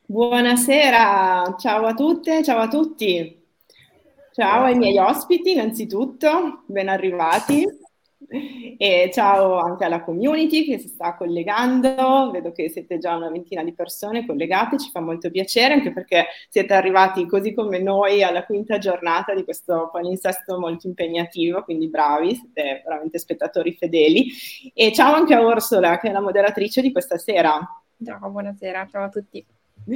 Buonasera, ciao a tutte, ciao a tutti. Ciao ai miei ospiti, innanzitutto, ben arrivati. E ciao anche alla community che si sta collegando. Vedo che siete già una ventina di persone collegate, ci fa molto piacere anche perché siete arrivati così come noi alla quinta giornata di questo palinsesto molto impegnativo, quindi bravi, siete veramente spettatori fedeli. E ciao anche a Orsola, che è la moderatrice di questa sera. Ciao, buonasera, ciao a tutti.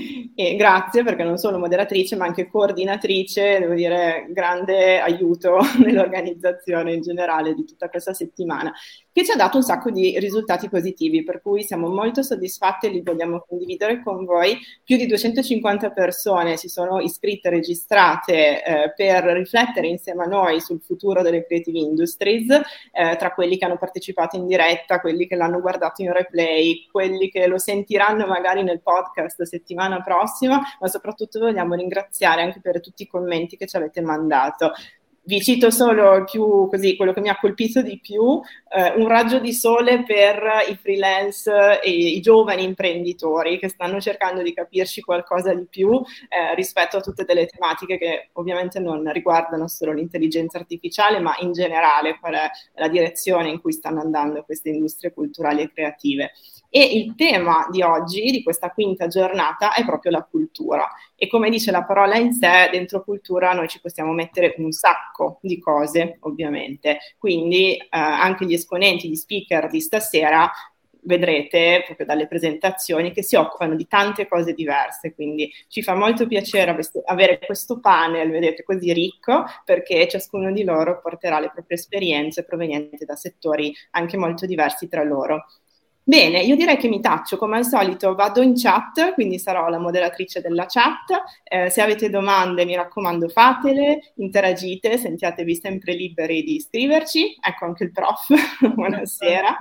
E grazie perché non solo moderatrice ma anche coordinatrice, devo dire grande aiuto nell'organizzazione in generale di tutta questa settimana, che ci ha dato un sacco di risultati positivi, per cui siamo molto soddisfatti e li vogliamo condividere con voi. Più di 250 persone si sono iscritte e registrate per riflettere insieme a noi sul futuro delle creative industries, tra quelli che hanno partecipato in diretta, quelli che l'hanno guardato in replay, quelli che lo sentiranno magari nel podcast settimana prossima, ma soprattutto vogliamo ringraziare anche per tutti i commenti che ci avete mandato. Vi cito solo più così quello che mi ha colpito di più, un raggio di sole per i freelance e i giovani imprenditori che stanno cercando di capirci qualcosa di più rispetto a tutte delle tematiche che ovviamente non riguardano solo l'intelligenza artificiale, ma in generale qual è la direzione in cui stanno andando queste industrie culturali e creative. E il tema di oggi, di questa quinta giornata, è proprio la cultura. E come dice la parola in sé, dentro cultura noi ci possiamo mettere un sacco di cose, ovviamente. Quindi anche gli esponenti, gli speaker di stasera vedrete proprio dalle presentazioni che si occupano di tante cose diverse, quindi ci fa molto piacere avere questo panel, vedete, così ricco, perché ciascuno di loro porterà le proprie esperienze provenienti da settori anche molto diversi tra loro. Bene, io direi che mi taccio, come al solito vado in chat, quindi sarò la moderatrice della chat. Se avete domande, mi raccomando, fatele, interagite, sentiatevi sempre liberi di scriverci. Ecco anche il prof, buonasera.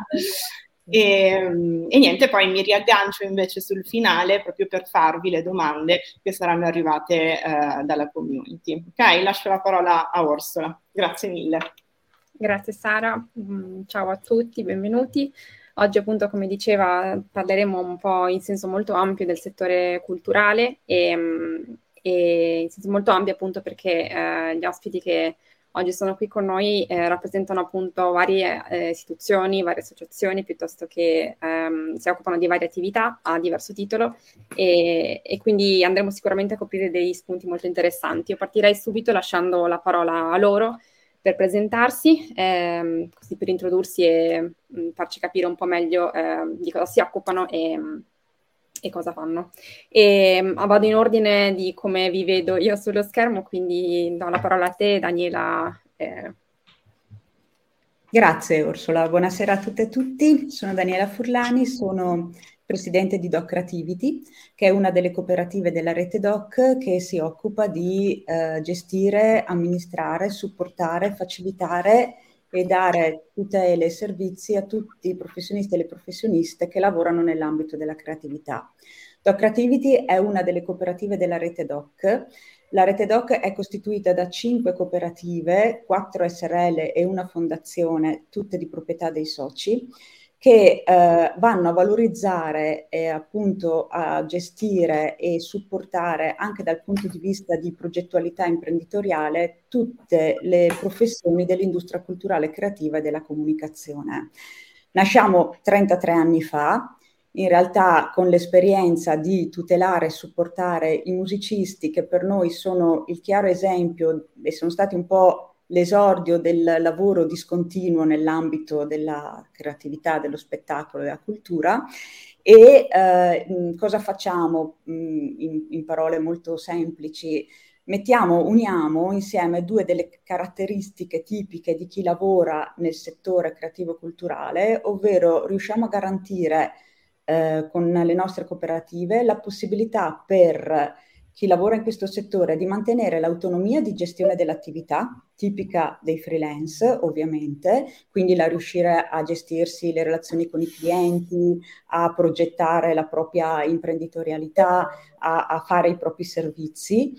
E niente, poi mi riaggancio invece sul finale proprio per farvi le domande che saranno arrivate dalla community. Ok, lascio la parola a Orsola. Grazie mille. Grazie Sara, ciao a tutti, benvenuti. Oggi appunto, come diceva, parleremo un po' in senso molto ampio del settore culturale e in senso molto ampio appunto perché gli ospiti che oggi sono qui con noi rappresentano appunto varie istituzioni, varie associazioni, piuttosto che si occupano di varie attività a diverso titolo e quindi andremo sicuramente a coprire degli spunti molto interessanti. Io partirei subito lasciando la parola a loro per presentarsi, così per introdursi e farci capire un po' meglio di cosa si occupano e cosa fanno. Vado in ordine di come vi vedo io sullo schermo, quindi do la parola a te, Daniela. Grazie Orsola, buonasera a tutte e tutti. Sono Daniela Furlani, sono presidente di Doc Creativity, che è una delle cooperative della rete Doc che si occupa di gestire, amministrare, supportare, facilitare e dare tutele e servizi a tutti i professionisti e le professioniste che lavorano nell'ambito della creatività. Doc Creativity è una delle cooperative della rete Doc. La rete Doc è costituita da 5 cooperative, 4 SRL e una fondazione, tutte di proprietà dei soci, che vanno a valorizzare e appunto a gestire e supportare anche dal punto di vista di progettualità imprenditoriale tutte le professioni dell'industria culturale e creativa e della comunicazione. Nasciamo 33 anni fa, in realtà con l'esperienza di tutelare e supportare i musicisti che per noi sono il chiaro esempio e sono stati un po' l'esordio del lavoro discontinuo nell'ambito della creatività, dello spettacolo e della cultura. E cosa facciamo in parole molto semplici? Uniamo insieme due delle caratteristiche tipiche di chi lavora nel settore creativo-culturale, ovvero riusciamo a garantire con le nostre cooperative la possibilità per chi lavora in questo settore di mantenere l'autonomia di gestione dell'attività, tipica dei freelance ovviamente, quindi la riuscire a gestirsi le relazioni con i clienti, a progettare la propria imprenditorialità, a fare i propri servizi,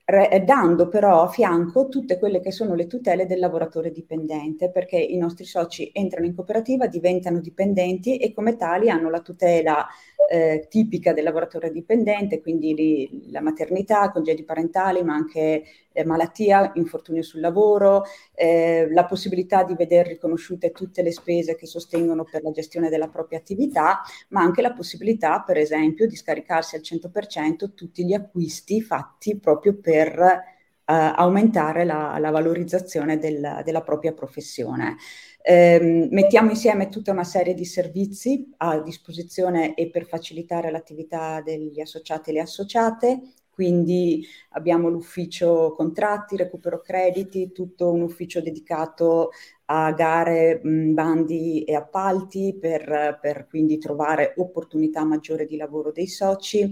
dando però a fianco tutte quelle che sono le tutele del lavoratore dipendente, perché i nostri soci entrano in cooperativa, diventano dipendenti e come tali hanno la tutela tipica del lavoratore dipendente, quindi la maternità, congedi parentali, ma anche malattia, infortunio sul lavoro, la possibilità di veder riconosciute tutte le spese che sostengono per la gestione della propria attività, ma anche la possibilità, per esempio, di scaricarsi al 100% tutti gli acquisti fatti proprio per aumentare la valorizzazione della propria professione. Mettiamo insieme tutta una serie di servizi a disposizione e per facilitare l'attività degli associati e le associate. Quindi abbiamo l'ufficio contratti, recupero crediti, tutto un ufficio dedicato a gare, bandi e appalti per quindi trovare opportunità maggiore di lavoro dei soci.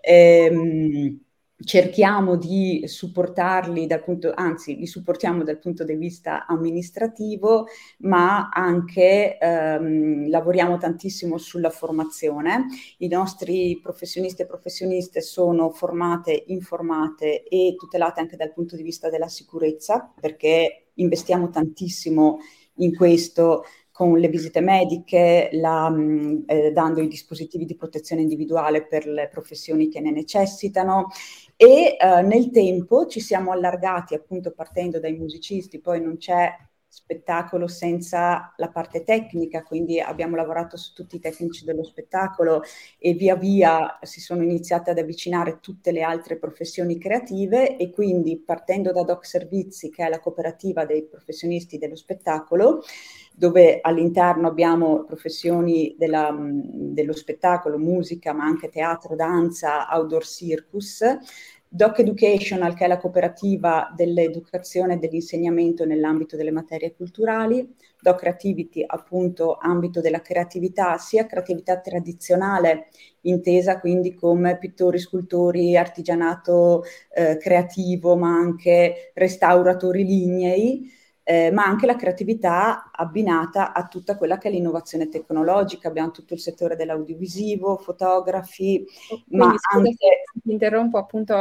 Cerchiamo di supportarli li supportiamo dal punto di vista amministrativo, ma anche lavoriamo tantissimo sulla formazione. I nostri professionisti e professioniste sono formate, informate e tutelate anche dal punto di vista della sicurezza, perché investiamo tantissimo in questo con le visite mediche, dando i dispositivi di protezione individuale per le professioni che ne necessitano. E nel tempo ci siamo allargati, appunto partendo dai musicisti, poi non c'è spettacolo senza la parte tecnica, quindi abbiamo lavorato su tutti i tecnici dello spettacolo e via via si sono iniziate ad avvicinare tutte le altre professioni creative e quindi partendo da Doc Servizi, che è la cooperativa dei professionisti dello spettacolo, dove all'interno abbiamo professioni dello spettacolo, musica, ma anche teatro, danza, outdoor circus, Doc Educational, che è la cooperativa dell'educazione e dell'insegnamento nell'ambito delle materie culturali, Doc Creativity, appunto, ambito della creatività, sia creatività tradizionale, intesa quindi come pittori, scultori, artigianato creativo, ma anche restauratori lignei, ma anche la creatività abbinata a tutta quella che è l'innovazione tecnologica. Abbiamo tutto il settore dell'audiovisivo, fotografi, ma Quindi scusa anche... se ti interrompo, appunto,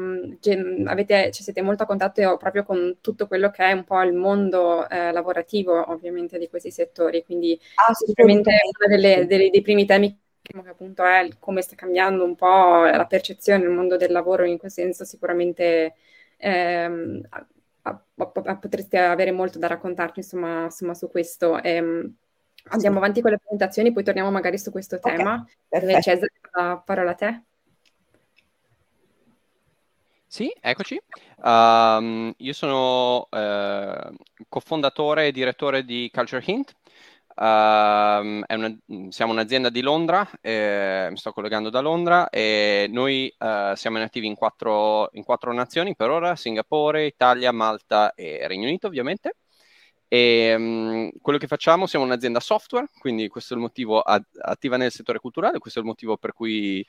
siete molto a contatto proprio con tutto quello che è un po' il mondo lavorativo, ovviamente, di questi settori, quindi sicuramente uno dei primi temi che appunto è come sta cambiando un po' la percezione del mondo del lavoro in questo senso, sicuramente potreste avere molto da raccontarci, insomma su questo. Andiamo avanti con le presentazioni, poi torniamo magari su questo tema. Cesare, la parola a te. Sì, eccoci. Io sono cofondatore e direttore di Culture Hint. Siamo un'azienda di Londra, mi sto collegando da Londra e noi siamo inattivi in quattro nazioni per ora: Singapore, Italia, Malta e Regno Unito, ovviamente. E quello che facciamo, siamo un'azienda software, quindi questo è il motivo attiva nel settore culturale, questo è il motivo per cui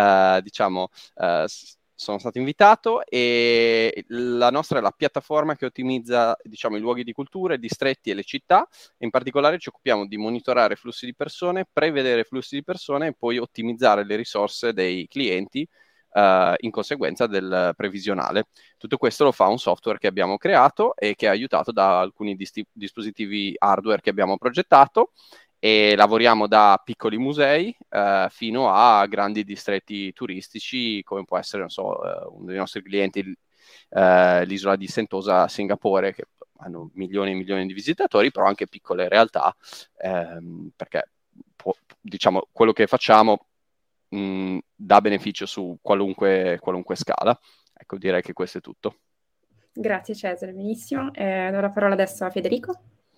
sono stato invitato, e la nostra è la piattaforma che ottimizza, diciamo, i luoghi di cultura, i distretti e le città. In particolare ci occupiamo di monitorare flussi di persone, prevedere flussi di persone e poi ottimizzare le risorse dei clienti in conseguenza del previsionale. Tutto questo lo fa un software che abbiamo creato e che è aiutato da alcuni dispositivi hardware che abbiamo progettato, e lavoriamo da piccoli musei fino a grandi distretti turistici, come può essere, non so, uno dei nostri clienti, l'isola di Sentosa a Singapore, che hanno milioni e milioni di visitatori, però anche piccole realtà, perché diciamo quello che facciamo dà beneficio su qualunque scala. Ecco, direi che questo è tutto. Grazie Cesare, benissimo. Do la parola adesso a Federico.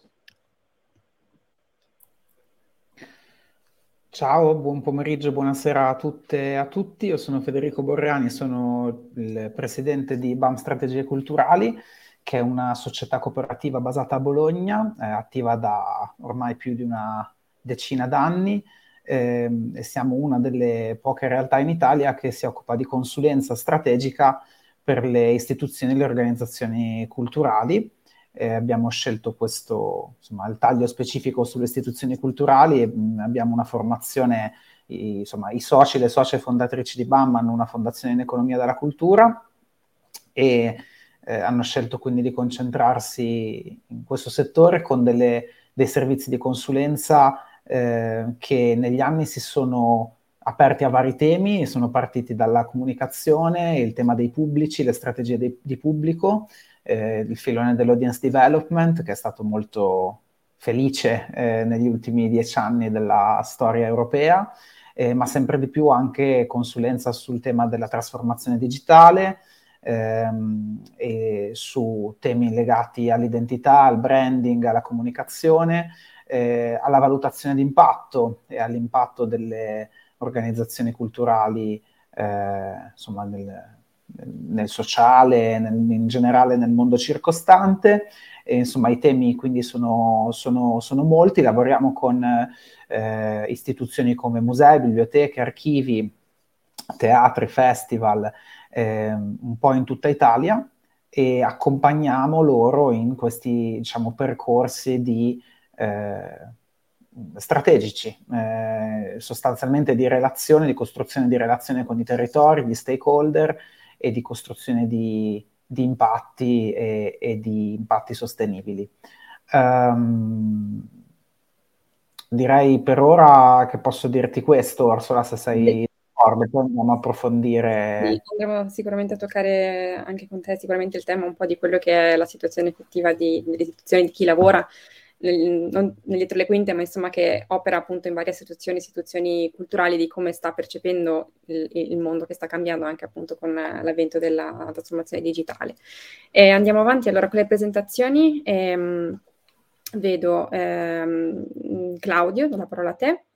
Ciao, buon pomeriggio, buonasera a tutte e a tutti. Io sono Federico Borriani, sono il presidente di BAM Strategie Culturali, che è una società cooperativa basata a Bologna, attiva da ormai più di una decina d'anni, e siamo una delle poche realtà in Italia che si occupa di consulenza strategica per le istituzioni e le organizzazioni culturali. Abbiamo scelto questo, insomma, il taglio specifico sulle istituzioni culturali, e abbiamo una formazione, i soci e le socie fondatrici di BAM hanno una fondazione in economia della cultura, e hanno scelto quindi di concentrarsi in questo settore con dei servizi di consulenza che negli anni si sono aperti a vari temi, sono partiti dalla comunicazione, il tema dei pubblici, le strategie di pubblico, il filone dell'audience development, che è stato molto felice negli ultimi 10 anni della storia europea, ma sempre di più anche consulenza sul tema della trasformazione digitale, e su temi legati all'identità, al branding, alla comunicazione, alla valutazione di impatto e all'impatto delle organizzazioni culturali, insomma, nel sociale, in generale nel mondo circostante. E, insomma, i temi quindi sono molti. Lavoriamo con istituzioni come musei, biblioteche, archivi, teatri, festival, un po' in tutta Italia, e accompagniamo loro in questi, diciamo, percorsi strategici, sostanzialmente di relazione, di costruzione di relazione con i territori, di stakeholder e di costruzione di impatti e di impatti sostenibili. Direi per ora che posso dirti questo, Orsola, se sei d'accordo, poi andiamo a approfondire. Sì, andremo sicuramente a toccare anche con te sicuramente il tema un po' di quello che è la situazione effettiva delle istituzioni, di chi lavora non dietro le quinte, ma insomma che opera appunto in varie istituzioni culturali, di come sta percependo il mondo che sta cambiando anche appunto con l'avvento della trasformazione digitale. E andiamo avanti allora con le presentazioni. Vedo Claudio, do la parola a te.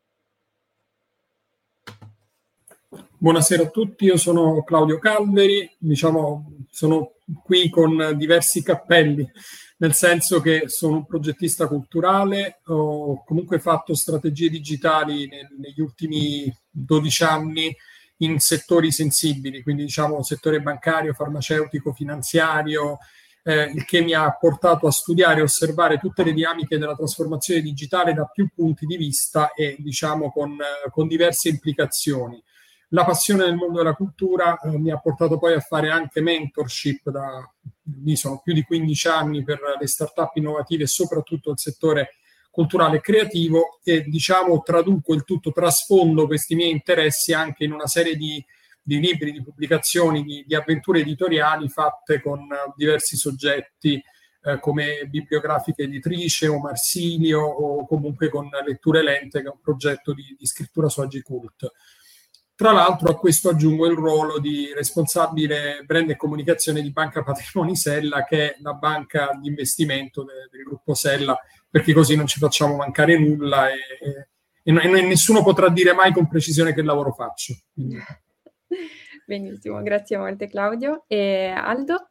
Buonasera a tutti, io sono Claudio Calveri, sono qui con diversi cappelli, nel senso che sono un progettista culturale, ho comunque fatto strategie digitali negli ultimi 12 anni in settori sensibili, quindi settore bancario, farmaceutico, finanziario, il che mi ha portato a studiare e osservare tutte le dinamiche della trasformazione digitale da più punti di vista e con diverse implicazioni. La passione nel mondo della cultura mi ha portato poi a fare anche mentorship sono più di 15 anni per le start-up innovative e soprattutto il settore culturale e creativo, e traduco il tutto, trasfondo questi miei interessi anche in una serie di libri, di pubblicazioni, di avventure editoriali fatte con diversi soggetti come Bibliografica Editrice o Marsilio, o comunque con Letture Lente, che è un progetto di scrittura su Agicult. Tra l'altro a questo aggiungo il ruolo di responsabile brand e comunicazione di Banca Patrimoni Sella, che è la banca di investimento del gruppo Sella, perché così non ci facciamo mancare nulla e nessuno potrà dire mai con precisione che lavoro faccio. Quindi. Benissimo, grazie molte Claudio. E Aldo?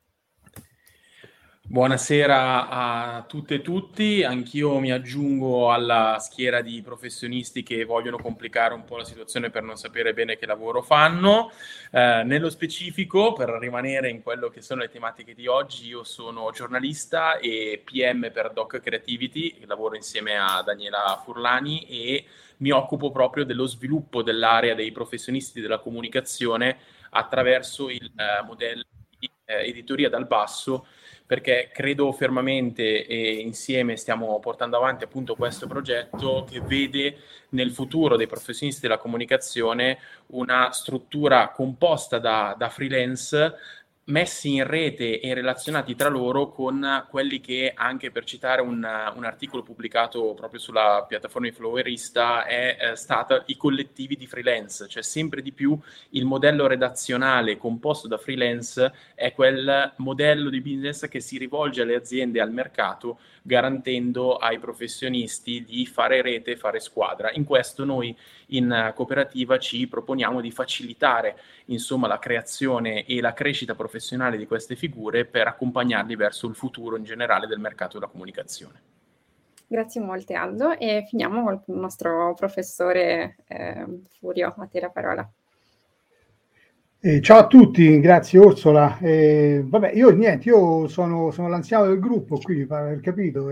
Buonasera a tutte e tutti, anch'io mi aggiungo alla schiera di professionisti che vogliono complicare un po' la situazione per non sapere bene che lavoro fanno. Nello specifico, per rimanere in quello che sono le tematiche di oggi, io sono giornalista e PM per Doc Creativity, lavoro insieme a Daniela Furlani e mi occupo proprio dello sviluppo dell'area dei professionisti della comunicazione attraverso il modello di editoria dal basso, perché credo fermamente e insieme stiamo portando avanti appunto questo progetto che vede nel futuro dei professionisti della comunicazione una struttura composta da freelance messi in rete e relazionati tra loro con quelli che, anche per citare un articolo pubblicato proprio sulla piattaforma di Flowerista, è stata i collettivi di freelance, cioè sempre di più il modello redazionale composto da freelance è quel modello di business che si rivolge alle aziende e al mercato, garantendo ai professionisti di fare rete, fare squadra. In questo noi in cooperativa ci proponiamo di facilitare insomma la creazione e la crescita professionale di queste figure per accompagnarli verso il futuro in generale del mercato della comunicazione. Grazie molte Aldo, e finiamo con il nostro professore Furio, a te la parola. Ciao a tutti, grazie Orsola. Io sono l'anziano del gruppo qui, mi pare aver capito,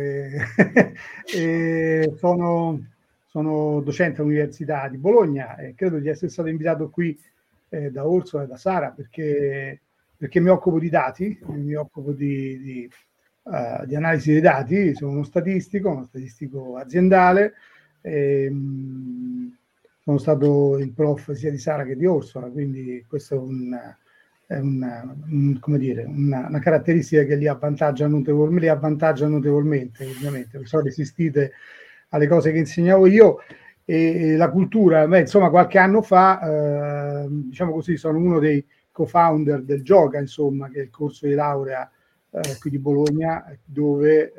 sono docente all'Università di Bologna e credo di essere stato invitato qui da Orsola e da Sara perché perché mi occupo di dati, mi occupo di analisi dei dati, sono uno statistico aziendale, sono stato il prof sia di Sara che di Orsola, quindi questo è una caratteristica che li avvantaggia notevolmente, ovviamente, sono resistite alle cose che insegnavo io. E la cultura, insomma, qualche anno fa, diciamo così, sono uno dei co-founder del Gioga, insomma, che è il corso di laurea qui di Bologna, dove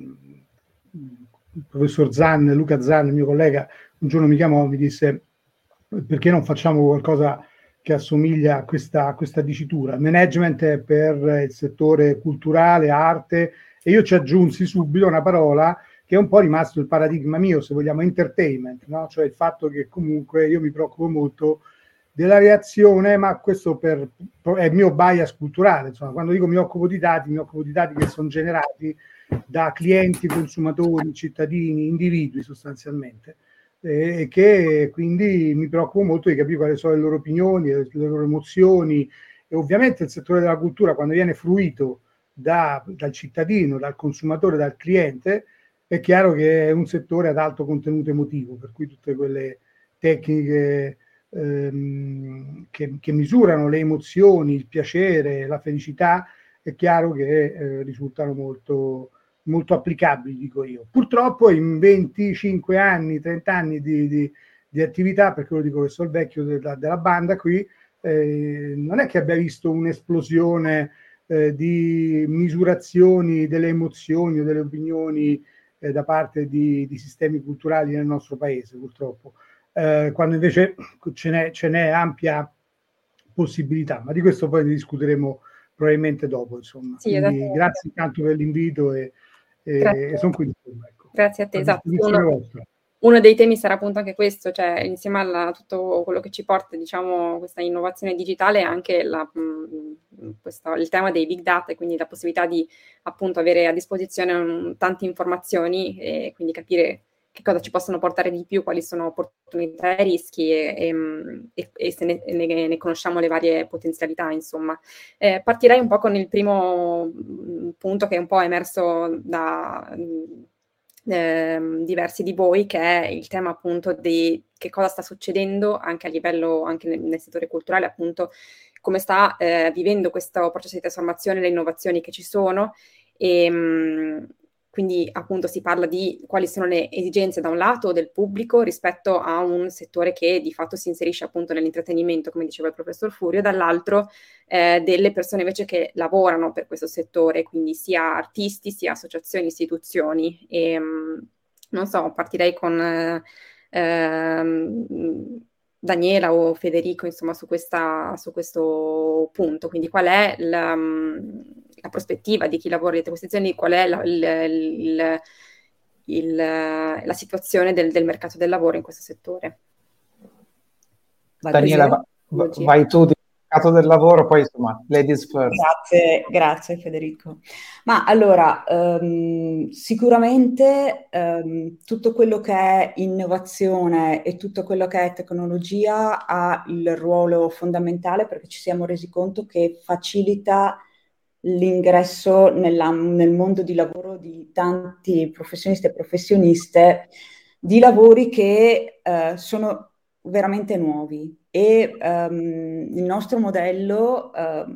il professor Luca Zan, il mio collega, un giorno mi chiamò e mi disse: perché non facciamo qualcosa che assomiglia a questa dicitura? Management per il settore culturale, arte, e io ci aggiunsi subito una parola che è un po' rimasto il paradigma mio, se vogliamo, entertainment, no? Cioè il fatto che comunque io mi preoccupo molto della reazione, ma questo è il mio bias culturale, insomma, quando dico mi occupo di dati che sono generati da clienti, consumatori, cittadini, individui sostanzialmente, e che quindi mi preoccupo molto di capire quali sono le loro opinioni, le loro emozioni, e ovviamente il settore della cultura, quando viene fruito dal cittadino, dal consumatore, dal cliente, è chiaro che è un settore ad alto contenuto emotivo, per cui tutte quelle tecniche che misurano le emozioni, il piacere, la felicità, è chiaro che risultano molto, molto applicabili, dico io. Purtroppo in 25 anni, 30 anni di attività, perché lo dico che sono il vecchio della banda qui, non è che abbia visto un'esplosione di misurazioni delle emozioni o delle opinioni da parte di sistemi culturali nel nostro paese, purtroppo, quando invece ce n'è ampia possibilità, ma di questo poi ne discuteremo probabilmente dopo, insomma. Sì, quindi grazie tanto per l'invito e sono qui, insomma, ecco. Grazie a te, esatto. Uno dei temi sarà appunto anche questo, cioè insieme a tutto quello che ci porta, diciamo, questa innovazione digitale, anche il tema dei big data, e quindi la possibilità di appunto avere a disposizione tante informazioni e quindi capire che cosa ci possono portare di più, quali sono opportunità e rischi, e se ne conosciamo le varie potenzialità, insomma. Partirei un po' con il primo punto che è un po' emerso da diversi di voi, che è il tema appunto di che cosa sta succedendo anche a livello, anche nel settore culturale, appunto come sta vivendo questo processo di trasformazione, le innovazioni che ci sono, e quindi appunto si parla di quali sono le esigenze da un lato del pubblico rispetto a un settore che di fatto si inserisce appunto nell'intrattenimento, come diceva il professor Furio, dall'altro delle persone invece che lavorano per questo settore, quindi sia artisti, sia associazioni, istituzioni. E non so, partirei con Daniela o Federico, insomma, su questo punto. Quindi qual è la prospettiva di chi lavora in queste azioni, qual è la situazione del mercato del lavoro in questo settore? Daniela, vai tu di mercato del lavoro, poi insomma, ladies first. Grazie Federico. Ma allora, sicuramente tutto quello che è innovazione e tutto quello che è tecnologia ha il ruolo fondamentale, perché ci siamo resi conto che facilita l'ingresso nel mondo di lavoro di tanti professionisti e professioniste di lavori che sono veramente nuovi, e il nostro modello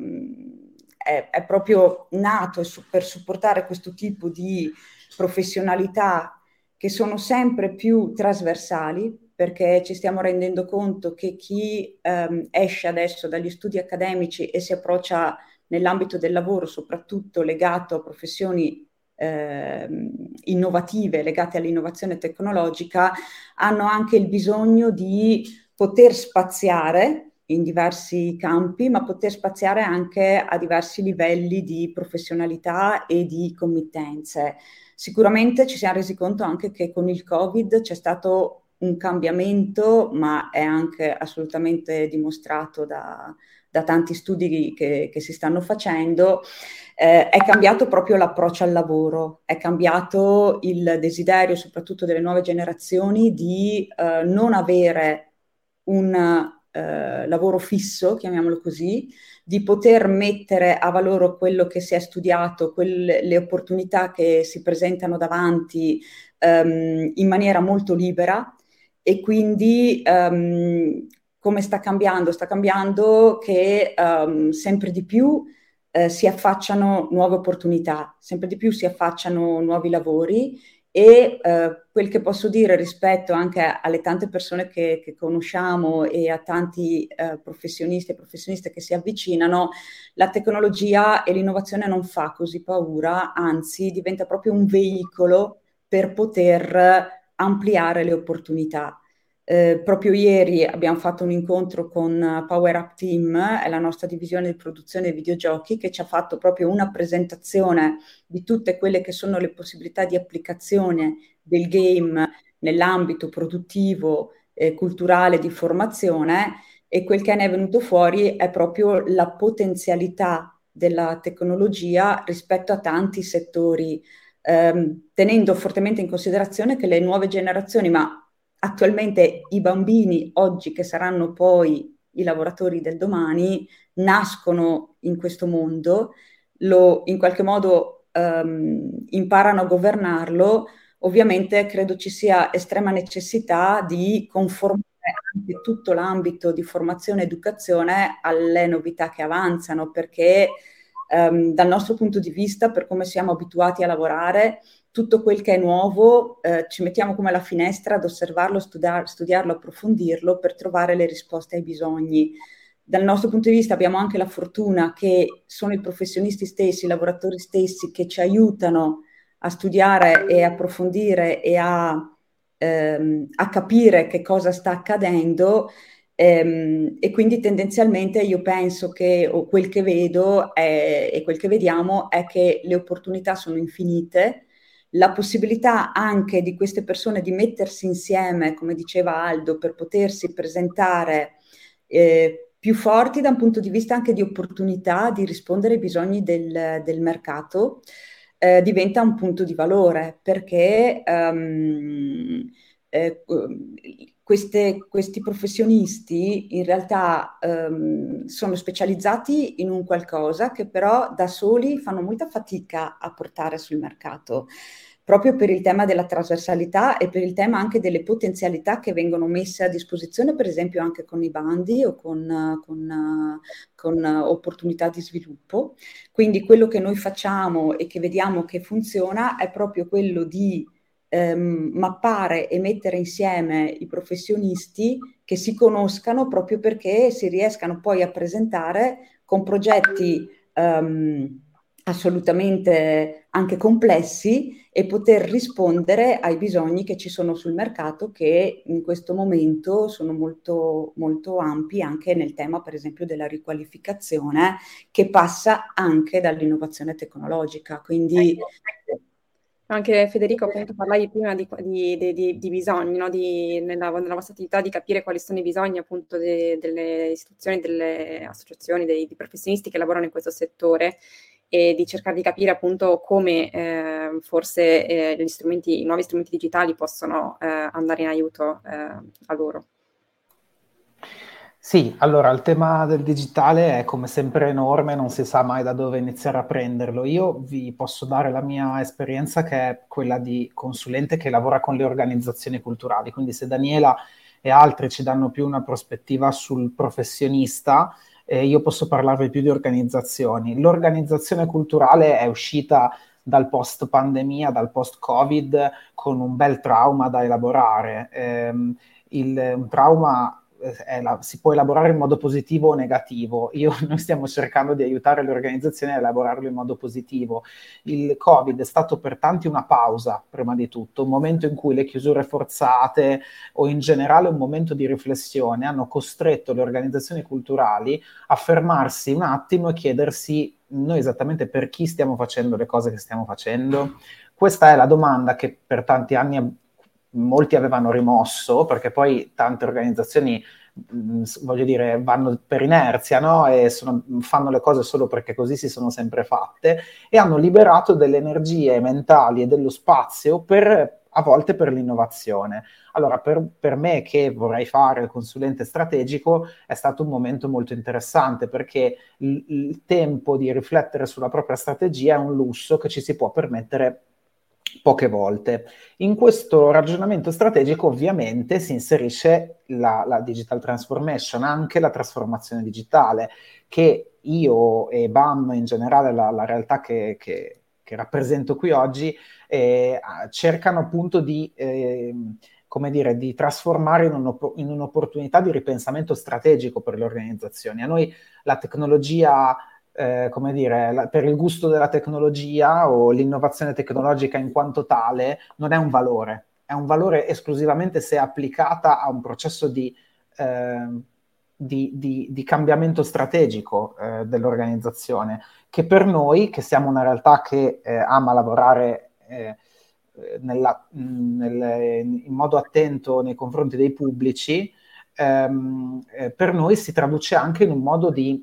è proprio nato per supportare questo tipo di professionalità che sono sempre più trasversali, perché ci stiamo rendendo conto che chi esce adesso dagli studi accademici e si approccia nell'ambito del lavoro, soprattutto legato a professioni innovative, legate all'innovazione tecnologica, hanno anche il bisogno di poter spaziare in diversi campi, ma poter spaziare anche a diversi livelli di professionalità e di committenze. Sicuramente ci siamo resi conto anche che con il Covid c'è stato un cambiamento, ma è anche assolutamente dimostrato da tanti studi che si stanno facendo. È cambiato proprio l'approccio al lavoro, è cambiato il desiderio, soprattutto delle nuove generazioni, di non avere un lavoro fisso, chiamiamolo così, di poter mettere a valore quello che si è studiato, le opportunità che si presentano davanti in maniera molto libera. E quindi come sta cambiando? Sta cambiando che sempre di più si affacciano nuove opportunità, sempre di più si affacciano nuovi lavori e quel che posso dire rispetto anche alle tante persone che conosciamo e a tanti professionisti e professioniste che si avvicinano, la tecnologia e l'innovazione non fa così paura, anzi diventa proprio un veicolo per poter ampliare le opportunità. Proprio ieri abbiamo fatto un incontro con Power Up Team, è la nostra divisione di produzione dei videogiochi, che ci ha fatto proprio una presentazione di tutte quelle che sono le possibilità di applicazione del game nell'ambito produttivo, culturale, di formazione, e quel che ne è venuto fuori è proprio la potenzialità della tecnologia rispetto a tanti settori, tenendo fortemente in considerazione che le nuove generazioni, ma attualmente i bambini oggi che saranno poi i lavoratori del domani, nascono in questo mondo, in qualche modo imparano a governarlo. Ovviamente credo ci sia estrema necessità di conformare anche tutto l'ambito di formazione e educazione alle novità che avanzano, perché dal nostro punto di vista, per come siamo abituati a lavorare, tutto quel che è nuovo ci mettiamo come alla finestra ad osservarlo, studiarlo, approfondirlo per trovare le risposte ai bisogni. Dal nostro punto di vista abbiamo anche la fortuna che sono i professionisti stessi, i lavoratori stessi che ci aiutano a studiare e approfondire e a capire che cosa sta accadendo. E quindi tendenzialmente io penso che, o quel che vedo e quel che vediamo è che le opportunità sono infinite, la possibilità anche di queste persone di mettersi insieme, come diceva Aldo, per potersi presentare più forti da un punto di vista anche di opportunità di rispondere ai bisogni del mercato, diventa un punto di valore, perché questi professionisti in realtà sono specializzati in un qualcosa che però da soli fanno molta fatica a portare sul mercato, proprio per il tema della trasversalità e per il tema anche delle potenzialità che vengono messe a disposizione, per esempio anche con i bandi o con opportunità di sviluppo. Quindi quello che noi facciamo e che vediamo che funziona è proprio quello di mappare e mettere insieme i professionisti che si conoscano, proprio perché si riescano poi a presentare con progetti assolutamente anche complessi e poter rispondere ai bisogni che ci sono sul mercato, che in questo momento sono molto, molto ampi, anche nel tema per esempio della riqualificazione, che passa anche dall'innovazione tecnologica. Quindi anche Federico, appunto, parlavi prima di bisogni, no? Nella vostra attività, di capire quali sono i bisogni appunto delle istituzioni, delle associazioni, dei professionisti che lavorano in questo settore, e di cercare di capire appunto come forse i nuovi strumenti digitali possono andare in aiuto a loro. Sì, allora il tema del digitale è come sempre enorme, non si sa mai da dove iniziare a prenderlo. Io vi posso dare la mia esperienza, che è quella di consulente che lavora con le organizzazioni culturali, quindi se Daniela e altri ci danno più una prospettiva sul professionista, io posso parlarvi più di organizzazioni. L'organizzazione culturale è uscita dal post pandemia, dal post Covid, con un bel trauma da elaborare. Un trauma si può elaborare in modo positivo o negativo. Noi stiamo cercando di aiutare le organizzazioni a elaborarlo in modo positivo. Il Covid è stato per tanti una pausa, prima di tutto, un momento in cui le chiusure forzate o in generale un momento di riflessione hanno costretto le organizzazioni culturali a fermarsi un attimo e chiedersi noi esattamente per chi stiamo facendo le cose che stiamo facendo. Questa è la domanda che per tanti anni molti avevano rimosso, perché poi tante organizzazioni, voglio dire, vanno per inerzia, no? E fanno le cose solo perché così si sono sempre fatte, e hanno liberato delle energie mentali e dello spazio per a volte per l'innovazione. Allora, per me che vorrei fare il consulente strategico è stato un momento molto interessante, perché il tempo di riflettere sulla propria strategia è un lusso che ci si può permettere poche volte. In questo ragionamento strategico ovviamente si inserisce la digital transformation, anche la trasformazione digitale, che io e BAM in generale, la realtà che rappresento qui oggi, cercano appunto di, come dire, di trasformare in un'opportunità di ripensamento strategico per le organizzazioni. A noi la tecnologia, come dire, per il gusto della tecnologia o l'innovazione tecnologica in quanto tale non è un valore esclusivamente se applicata a un processo di cambiamento strategico dell'organizzazione, che per noi, che siamo una realtà che ama lavorare in modo attento nei confronti dei pubblici, per noi si traduce anche in un modo di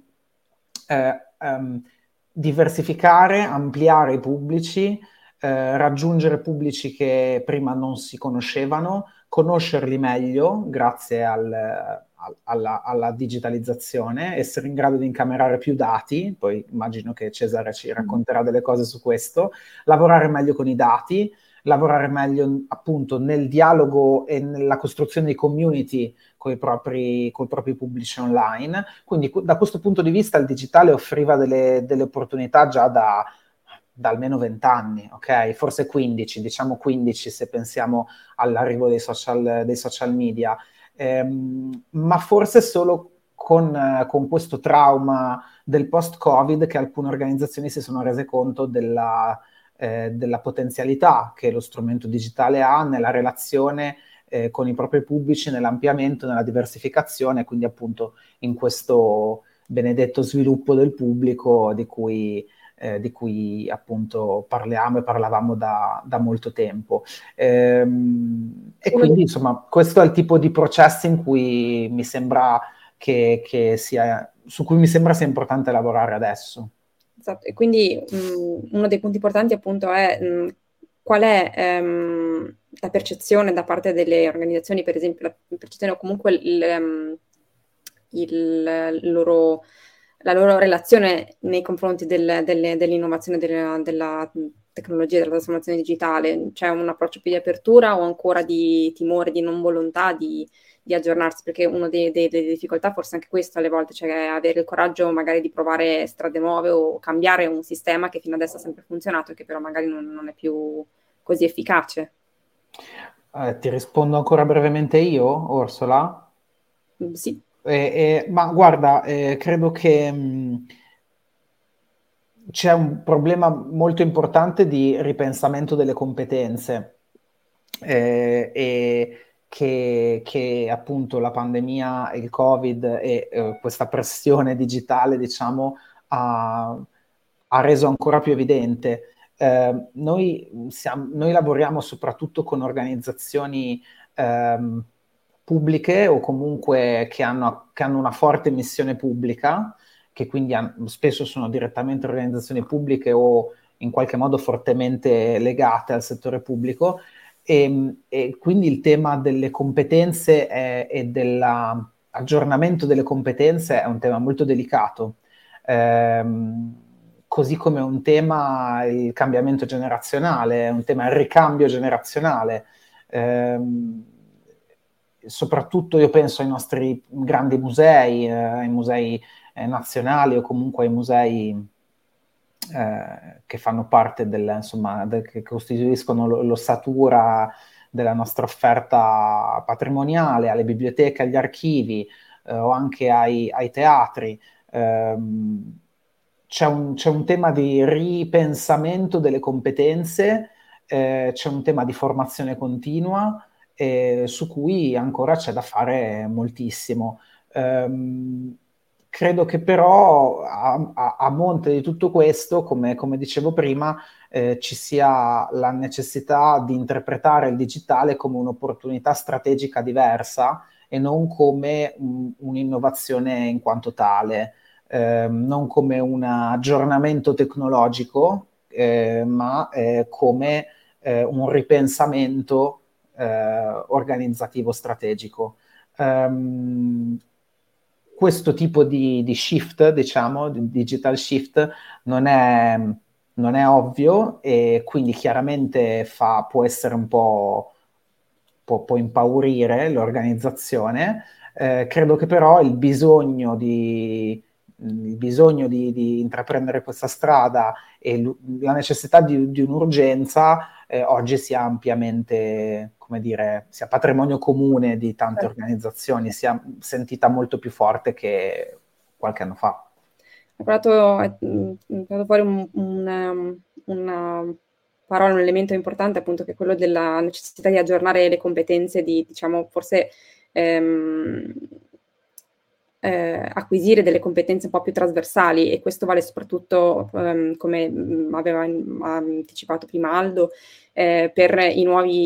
diversificare, ampliare i pubblici, raggiungere pubblici che prima non si conoscevano, conoscerli meglio grazie alla digitalizzazione, essere in grado di incamerare più dati, poi immagino che Cesare ci racconterà delle cose su questo, lavorare meglio con i dati, lavorare meglio appunto nel dialogo e nella costruzione di community con i propri pubblici online. Quindi da questo punto di vista il digitale offriva delle opportunità già da almeno 20 anni, ok? Forse 15, diciamo 15 se pensiamo all'arrivo dei social media, ma forse solo con questo trauma del post-Covid che alcune organizzazioni si sono rese conto della potenzialità che lo strumento digitale ha nella relazione con i propri pubblici, nell'ampliamento, nella diversificazione, quindi appunto in questo benedetto sviluppo del pubblico di cui appunto parliamo e parlavamo da molto tempo. E quindi insomma questo è il tipo di processo in cui mi sembra su cui mi sembra sia importante lavorare adesso. Esatto, e quindi uno dei punti importanti appunto è qual è la percezione da parte delle organizzazioni, per esempio la percezione o comunque la loro relazione nei confronti dell'innovazione, della tecnologia, della trasformazione digitale. C'è un approccio più di apertura o ancora di timore, di non volontà di aggiornarsi? Perché una delle difficoltà forse anche questo alle volte, cioè avere il coraggio magari di provare strade nuove o cambiare un sistema che fino adesso ha sempre funzionato e che però magari non è più così efficace. Ti rispondo ancora brevemente io, Orsola? Sì. Ma guarda, credo che c'è un problema molto importante di ripensamento delle competenze e che appunto la pandemia, il Covid e questa pressione digitale, diciamo, ha reso ancora più evidente. Noi lavoriamo soprattutto con organizzazioni pubbliche o comunque che hanno una forte missione pubblica, che quindi spesso sono direttamente organizzazioni pubbliche o in qualche modo fortemente legate al settore pubblico, e quindi il tema delle competenze e dell'aggiornamento delle competenze è un tema molto delicato. Così come un tema il cambiamento generazionale, un tema il ricambio generazionale. Soprattutto io penso ai nostri grandi musei, ai musei nazionali o comunque ai musei che fanno parte che costituiscono l'ossatura della nostra offerta patrimoniale, alle biblioteche, agli archivi o anche ai teatri. C'è un tema di ripensamento delle competenze, c'è un tema di formazione continua su cui ancora c'è da fare moltissimo. Credo che però a monte di tutto questo, come dicevo prima, ci sia la necessità di interpretare il digitale come un'opportunità strategica diversa e non come un'innovazione in quanto tale, non come un aggiornamento tecnologico, ma come un ripensamento organizzativo strategico. Questo tipo di shift, diciamo, di digital shift, non è ovvio, e quindi chiaramente può essere un po', può impaurire l'organizzazione. Credo che però il bisogno di intraprendere questa strada e la necessità di un'urgenza oggi sia ampiamente, come dire, sia patrimonio comune di tante organizzazioni, sia sentita molto più forte che qualche anno fa. Ho parlato fuori una parola, un elemento importante, appunto, che è quello della necessità di aggiornare le competenze, di, diciamo, forse acquisire delle competenze un po' più trasversali, e questo vale soprattutto, come aveva anticipato prima Aldo, per i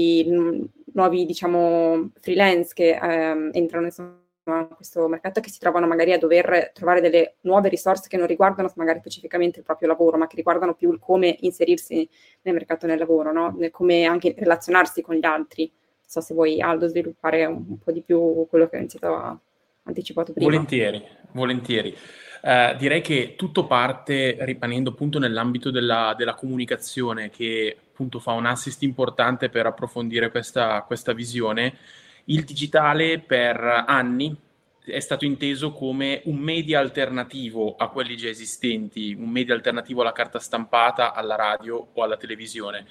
nuovi diciamo, freelance che entrano in questo mercato, che si trovano magari a dover trovare delle nuove risorse che non riguardano magari specificamente il proprio lavoro, ma che riguardano più il come inserirsi nel mercato del lavoro, no? Come anche relazionarsi con gli altri. Non so se vuoi, Aldo, sviluppare un po' di più quello che ho iniziato anticipato prima. Volentieri. Direi che tutto parte rimanendo appunto nell'ambito della comunicazione, che appunto fa un assist importante per approfondire questa visione. Il digitale per anni è stato inteso come un media alternativo a quelli già esistenti, un media alternativo alla carta stampata, alla radio o alla televisione.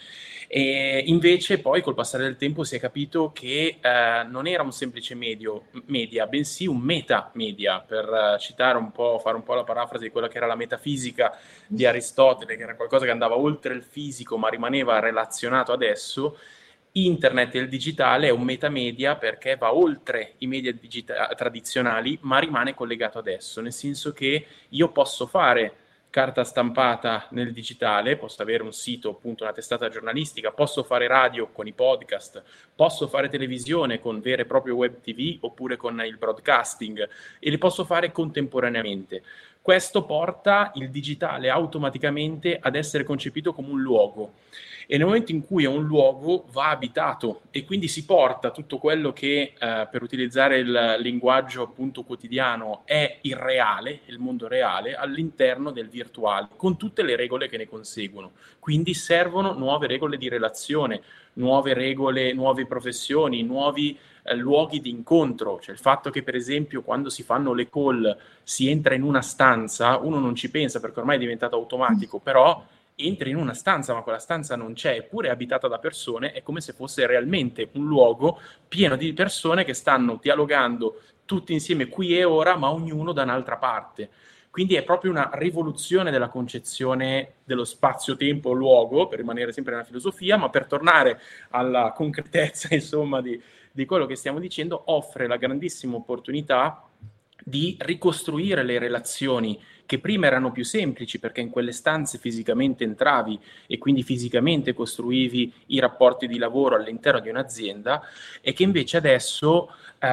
E invece poi col passare del tempo si è capito che non era un semplice media, bensì un metamedia, per citare un po', fare un po' la parafrasi di quella che era la metafisica di Aristotele, che era qualcosa che andava oltre il fisico ma rimaneva relazionato ad esso. Internet e il digitale è un metamedia perché va oltre i media tradizionali ma rimane collegato ad esso, nel senso che io posso fare carta stampata nel digitale, posso avere un sito, appunto una testata giornalistica, posso fare radio con i podcast, posso fare televisione con vere e proprie web TV oppure con il broadcasting, e li posso fare contemporaneamente. Questo porta il digitale automaticamente ad essere concepito come un luogo, e nel momento in cui è un luogo va abitato, e quindi si porta tutto quello che, per utilizzare il linguaggio appunto quotidiano, è il reale, il mondo reale, all'interno del virtuale, con tutte le regole che ne conseguono. Quindi servono nuove regole di relazione, nuove regole, nuove professioni, nuovi luoghi di incontro. Cioè il fatto che per esempio quando si fanno le call si entra in una stanza, uno non ci pensa perché ormai è diventato automatico, però entri in una stanza ma quella stanza non c'è, eppure è abitata da persone, è come se fosse realmente un luogo pieno di persone che stanno dialogando tutti insieme qui e ora, ma ognuno da un'altra parte. Quindi è proprio una rivoluzione della concezione dello spazio-tempo luogo, per rimanere sempre nella filosofia, ma per tornare alla concretezza, insomma, di quello che stiamo dicendo, offre la grandissima opportunità di ricostruire le relazioni che prima erano più semplici perché in quelle stanze fisicamente entravi e quindi fisicamente costruivi i rapporti di lavoro all'interno di un'azienda, e che invece adesso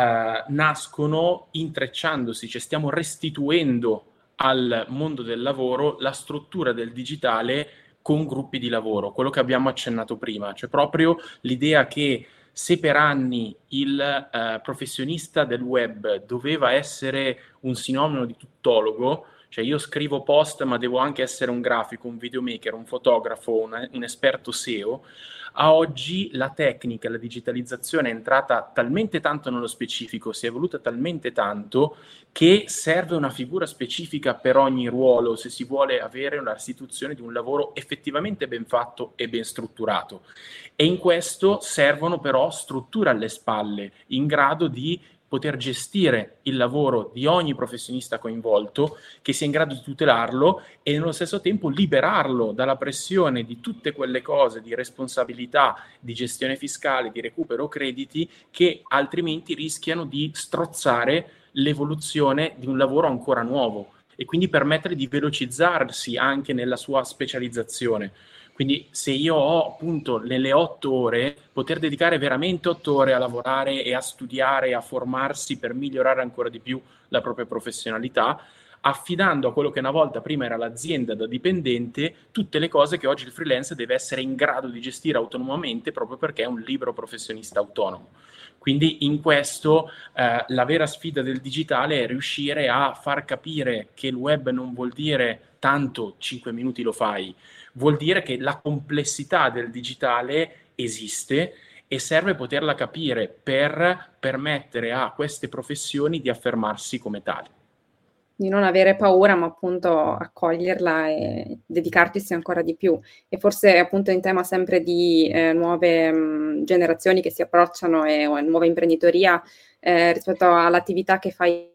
nascono intrecciandosi, cioè stiamo restituendo al mondo del lavoro la struttura del digitale con gruppi di lavoro, quello che abbiamo accennato prima, cioè proprio l'idea che se per anni il professionista del web doveva essere un sinonimo di tuttologo, cioè io scrivo post ma devo anche essere un grafico, un videomaker, un fotografo, un esperto SEO, a oggi la tecnica, la digitalizzazione è entrata talmente tanto nello specifico, si è evoluta talmente tanto che serve una figura specifica per ogni ruolo se si vuole avere una restituzione di un lavoro effettivamente ben fatto e ben strutturato. E in questo servono però strutture alle spalle in grado di poter gestire il lavoro di ogni professionista coinvolto, che sia in grado di tutelarlo e nello stesso tempo liberarlo dalla pressione di tutte quelle cose di responsabilità, di gestione fiscale, di recupero crediti, che altrimenti rischiano di strozzare l'evoluzione di un lavoro ancora nuovo e quindi permettere di velocizzarsi anche nella sua specializzazione. Quindi se io ho appunto nelle 8 ore, poter dedicare veramente 8 ore a lavorare e a studiare e a formarsi per migliorare ancora di più la propria professionalità, affidando a quello che una volta prima era l'azienda da dipendente tutte le cose che oggi il freelance deve essere in grado di gestire autonomamente, proprio perché è un libero professionista autonomo. Quindi in questo la vera sfida del digitale è riuscire a far capire che il web non vuol dire tanto 5 minuti lo fai, vuol dire che la complessità del digitale esiste e serve poterla capire per permettere a queste professioni di affermarsi come tali. Di non avere paura, ma appunto accoglierla e dedicarsi ancora di più. E forse appunto in tema sempre di nuove generazioni che si approcciano e nuova imprenditoria, rispetto all'attività che fai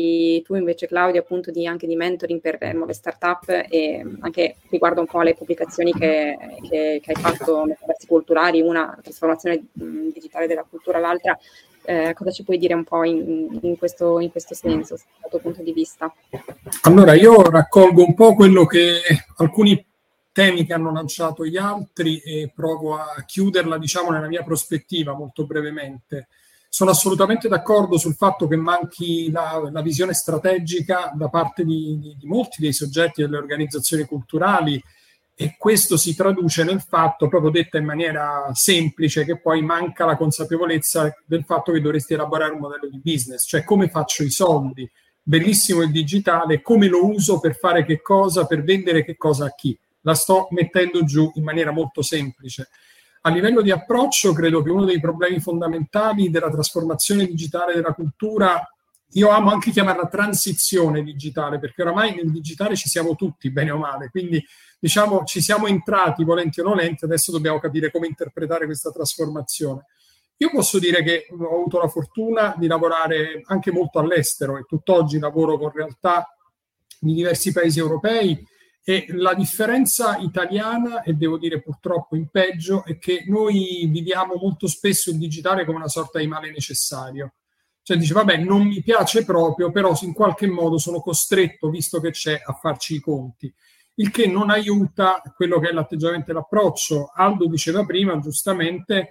tu invece, Claudia, appunto anche di mentoring per nuove startup, e anche riguardo un po' alle pubblicazioni che hai fatto nei servizi culturali, una trasformazione digitale della cultura, l'altra. Cosa ci puoi dire un po' in questo senso, dal tuo punto di vista? Allora, io raccolgo un po' quello che alcuni temi che hanno lanciato gli altri e provo a chiuderla, diciamo, nella mia prospettiva molto brevemente. Sono assolutamente d'accordo sul fatto che manchi la visione strategica da parte di molti dei soggetti delle organizzazioni culturali, e questo si traduce nel fatto, proprio detta in maniera semplice, che poi manca la consapevolezza del fatto che dovresti elaborare un modello di business, cioè come faccio i soldi, bellissimo il digitale, come lo uso per fare che cosa, per vendere che cosa a chi. La sto mettendo giù in maniera molto semplice. A livello di approccio, credo che uno dei problemi fondamentali della trasformazione digitale della cultura, io amo anche chiamarla transizione digitale, perché oramai nel digitale ci siamo tutti, bene o male, quindi diciamo ci siamo entrati volenti o nolenti, adesso dobbiamo capire come interpretare questa trasformazione. Io posso dire che ho avuto la fortuna di lavorare anche molto all'estero e tutt'oggi lavoro con realtà di diversi paesi europei, e la differenza italiana, e devo dire purtroppo in peggio, è che noi viviamo molto spesso il digitale come una sorta di male necessario. Cioè dice, vabbè, non mi piace proprio, però in qualche modo sono costretto, visto che c'è, a farci i conti. Il che non aiuta quello che è l'atteggiamento e l'approccio. Aldo diceva prima, giustamente,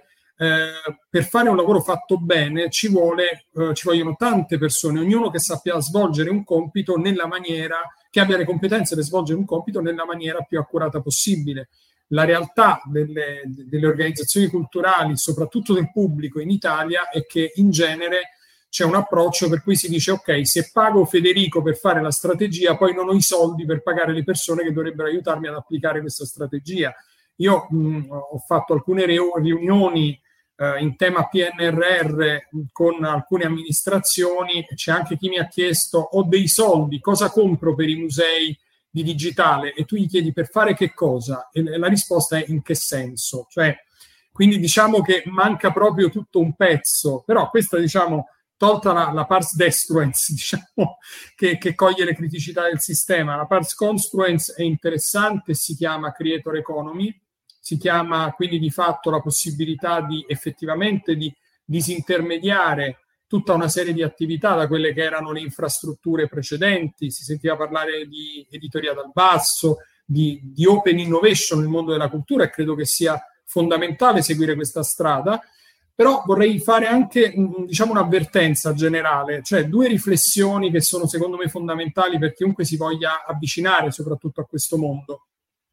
per fare un lavoro fatto bene ci vogliono tante persone, ognuno che sappia svolgere un compito nella maniera, che abbia le competenze per svolgere un compito nella maniera più accurata possibile. La realtà delle organizzazioni culturali, soprattutto del pubblico in Italia, è che in genere c'è un approccio per cui si dice, ok, se pago Federico per fare la strategia, poi non ho i soldi per pagare le persone che dovrebbero aiutarmi ad applicare questa strategia. Io ho fatto alcune riunioni in tema PNRR con alcune amministrazioni, c'è anche chi mi ha chiesto, ho dei soldi, cosa compro per i musei di digitale? E tu gli chiedi, per fare che cosa? E la risposta è, in che senso? Cioè, quindi diciamo che manca proprio tutto un pezzo, però questa, diciamo, tolta la pars destruens, diciamo, che coglie le criticità del sistema, la pars construens è interessante, si chiama creator economy, si chiama quindi di fatto la possibilità di effettivamente di disintermediare tutta una serie di attività da quelle che erano le infrastrutture precedenti. Si sentiva parlare di editoria dal basso, di open innovation nel mondo della cultura, e credo che sia fondamentale seguire questa strada. Però vorrei fare anche, diciamo, un'avvertenza generale, cioè due riflessioni che sono secondo me fondamentali per chiunque si voglia avvicinare soprattutto a questo mondo.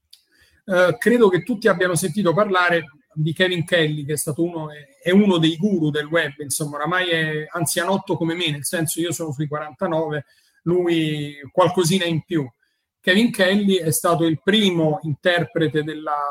Credo che tutti abbiano sentito parlare di Kevin Kelly, che è uno dei guru del web, insomma, oramai è anzianotto come me, nel senso io sono sui 49, lui qualcosina in più. Kevin Kelly è stato il primo interprete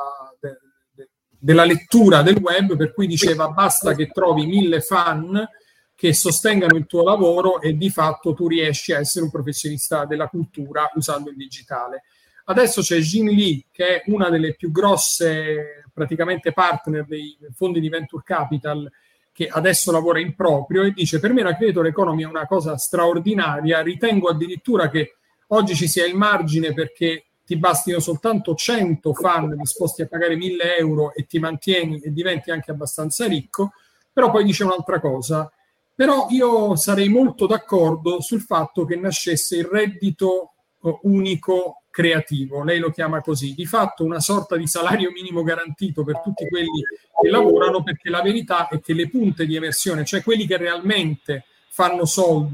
della lettura del web, per cui diceva basta che trovi 1000 fan che sostengano il tuo lavoro e di fatto tu riesci a essere un professionista della cultura usando il digitale. Adesso c'è Jin Lee, che è una delle più grosse praticamente partner dei fondi di Venture Capital, che adesso lavora in proprio e dice, per me la creator economy è una cosa straordinaria, ritengo addirittura che oggi ci sia il margine perché ti bastino soltanto 100 fan disposti a pagare 1.000 euro e ti mantieni e diventi anche abbastanza ricco. Però poi dice un'altra cosa, però io sarei molto d'accordo sul fatto che nascesse il reddito unico creativo, lei lo chiama così, di fatto una sorta di salario minimo garantito per tutti quelli che lavorano, perché la verità è che le punte di emersione, cioè quelli che realmente fanno soldi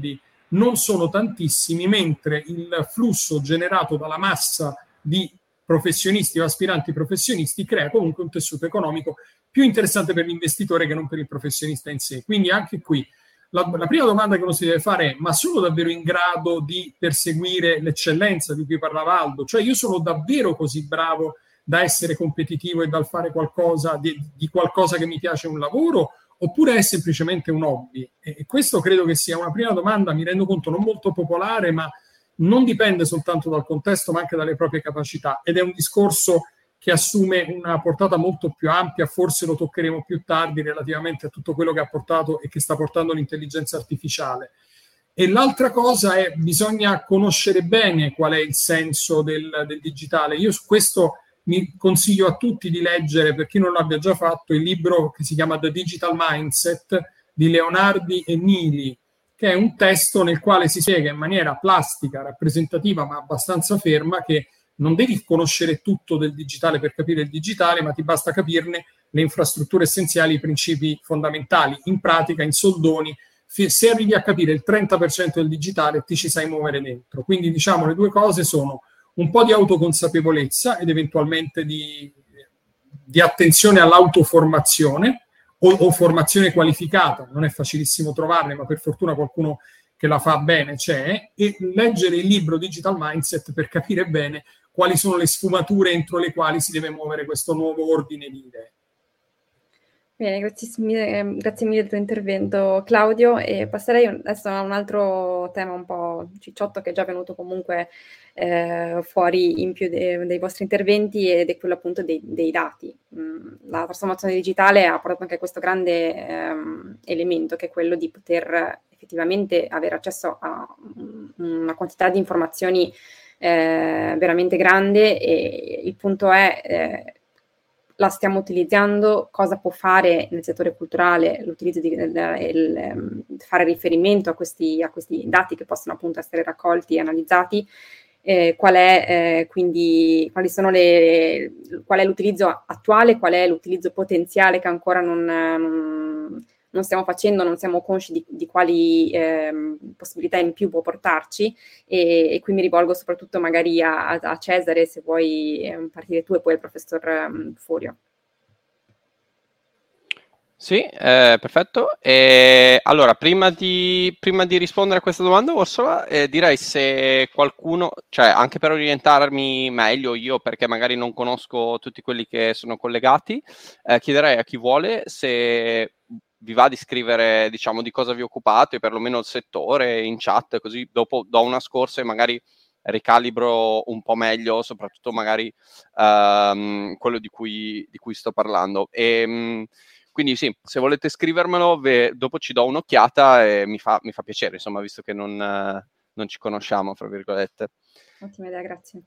non sono tantissimi, mentre il flusso generato dalla massa di professionisti o aspiranti professionisti crea comunque un tessuto economico più interessante per l'investitore che non per il professionista in sé. Quindi anche qui la prima domanda che uno si deve fare è: ma sono davvero in grado di perseguire l'eccellenza di cui parlava Aldo? Cioè, io sono davvero così bravo da essere competitivo e da fare qualcosa di qualcosa che mi piace un lavoro, oppure è semplicemente un hobby? E questo credo che sia una prima domanda, mi rendo conto, non molto popolare, ma non dipende soltanto dal contesto, ma anche dalle proprie capacità. Ed è un discorso che assume una portata molto più ampia, forse lo toccheremo più tardi, relativamente a tutto quello che ha portato e che sta portando l'intelligenza artificiale. E l'altra cosa è: bisogna conoscere bene qual è il senso del digitale. Io su questo mi consiglio a tutti di leggere, per chi non l'abbia già fatto, il libro che si chiama The Digital Mindset di Leonardi e Nili, che è un testo nel quale si spiega in maniera plastica, rappresentativa, ma abbastanza ferma, che non devi conoscere tutto del digitale per capire il digitale, ma ti basta capirne le infrastrutture essenziali, i principi fondamentali. In pratica, in soldoni, se arrivi a capire il 30% del digitale, ti ci sai muovere dentro. Quindi, diciamo, le due cose sono un po' di autoconsapevolezza ed eventualmente di attenzione all'autoformazione o formazione qualificata. Non è facilissimo trovarne, ma per fortuna qualcuno che la fa bene c'è, e leggere il libro Digital Mindset per capire bene quali sono le sfumature entro le quali si deve muovere questo nuovo ordine di idee. Bene, grazie mille del tuo intervento, Claudio, e passerei adesso a un altro tema un po' cicciotto che è già venuto comunque fuori in più dei vostri interventi, ed è quello appunto dei dati. La trasformazione digitale ha portato anche questo grande elemento, che è quello di poter effettivamente avere accesso a una quantità di informazioni veramente grande, e il punto è la stiamo utilizzando, cosa può fare nel settore culturale l'utilizzo di fare riferimento a questi dati che possono appunto essere raccolti e analizzati, qual è qual è l'utilizzo attuale, qual è l'utilizzo potenziale che ancora non stiamo facendo, non siamo consci di quali possibilità in più può portarci, e qui mi rivolgo soprattutto magari a Cesare, se vuoi partire tu, e poi al professor Furio. Sì, perfetto. Allora, prima di rispondere a questa domanda, Orsola, direi, se qualcuno, cioè anche per orientarmi meglio io, perché magari non conosco tutti quelli che sono collegati, chiederei a chi vuole se vi va di scrivere, diciamo, di cosa vi occupate, perlomeno il settore, in chat, così dopo do una scorsa e magari ricalibro un po' meglio, soprattutto magari quello di cui sto parlando. Quindi sì, se volete scrivermelo, dopo ci do un'occhiata e mi fa piacere, insomma, visto che non ci conosciamo, fra virgolette. Ottima idea, grazie.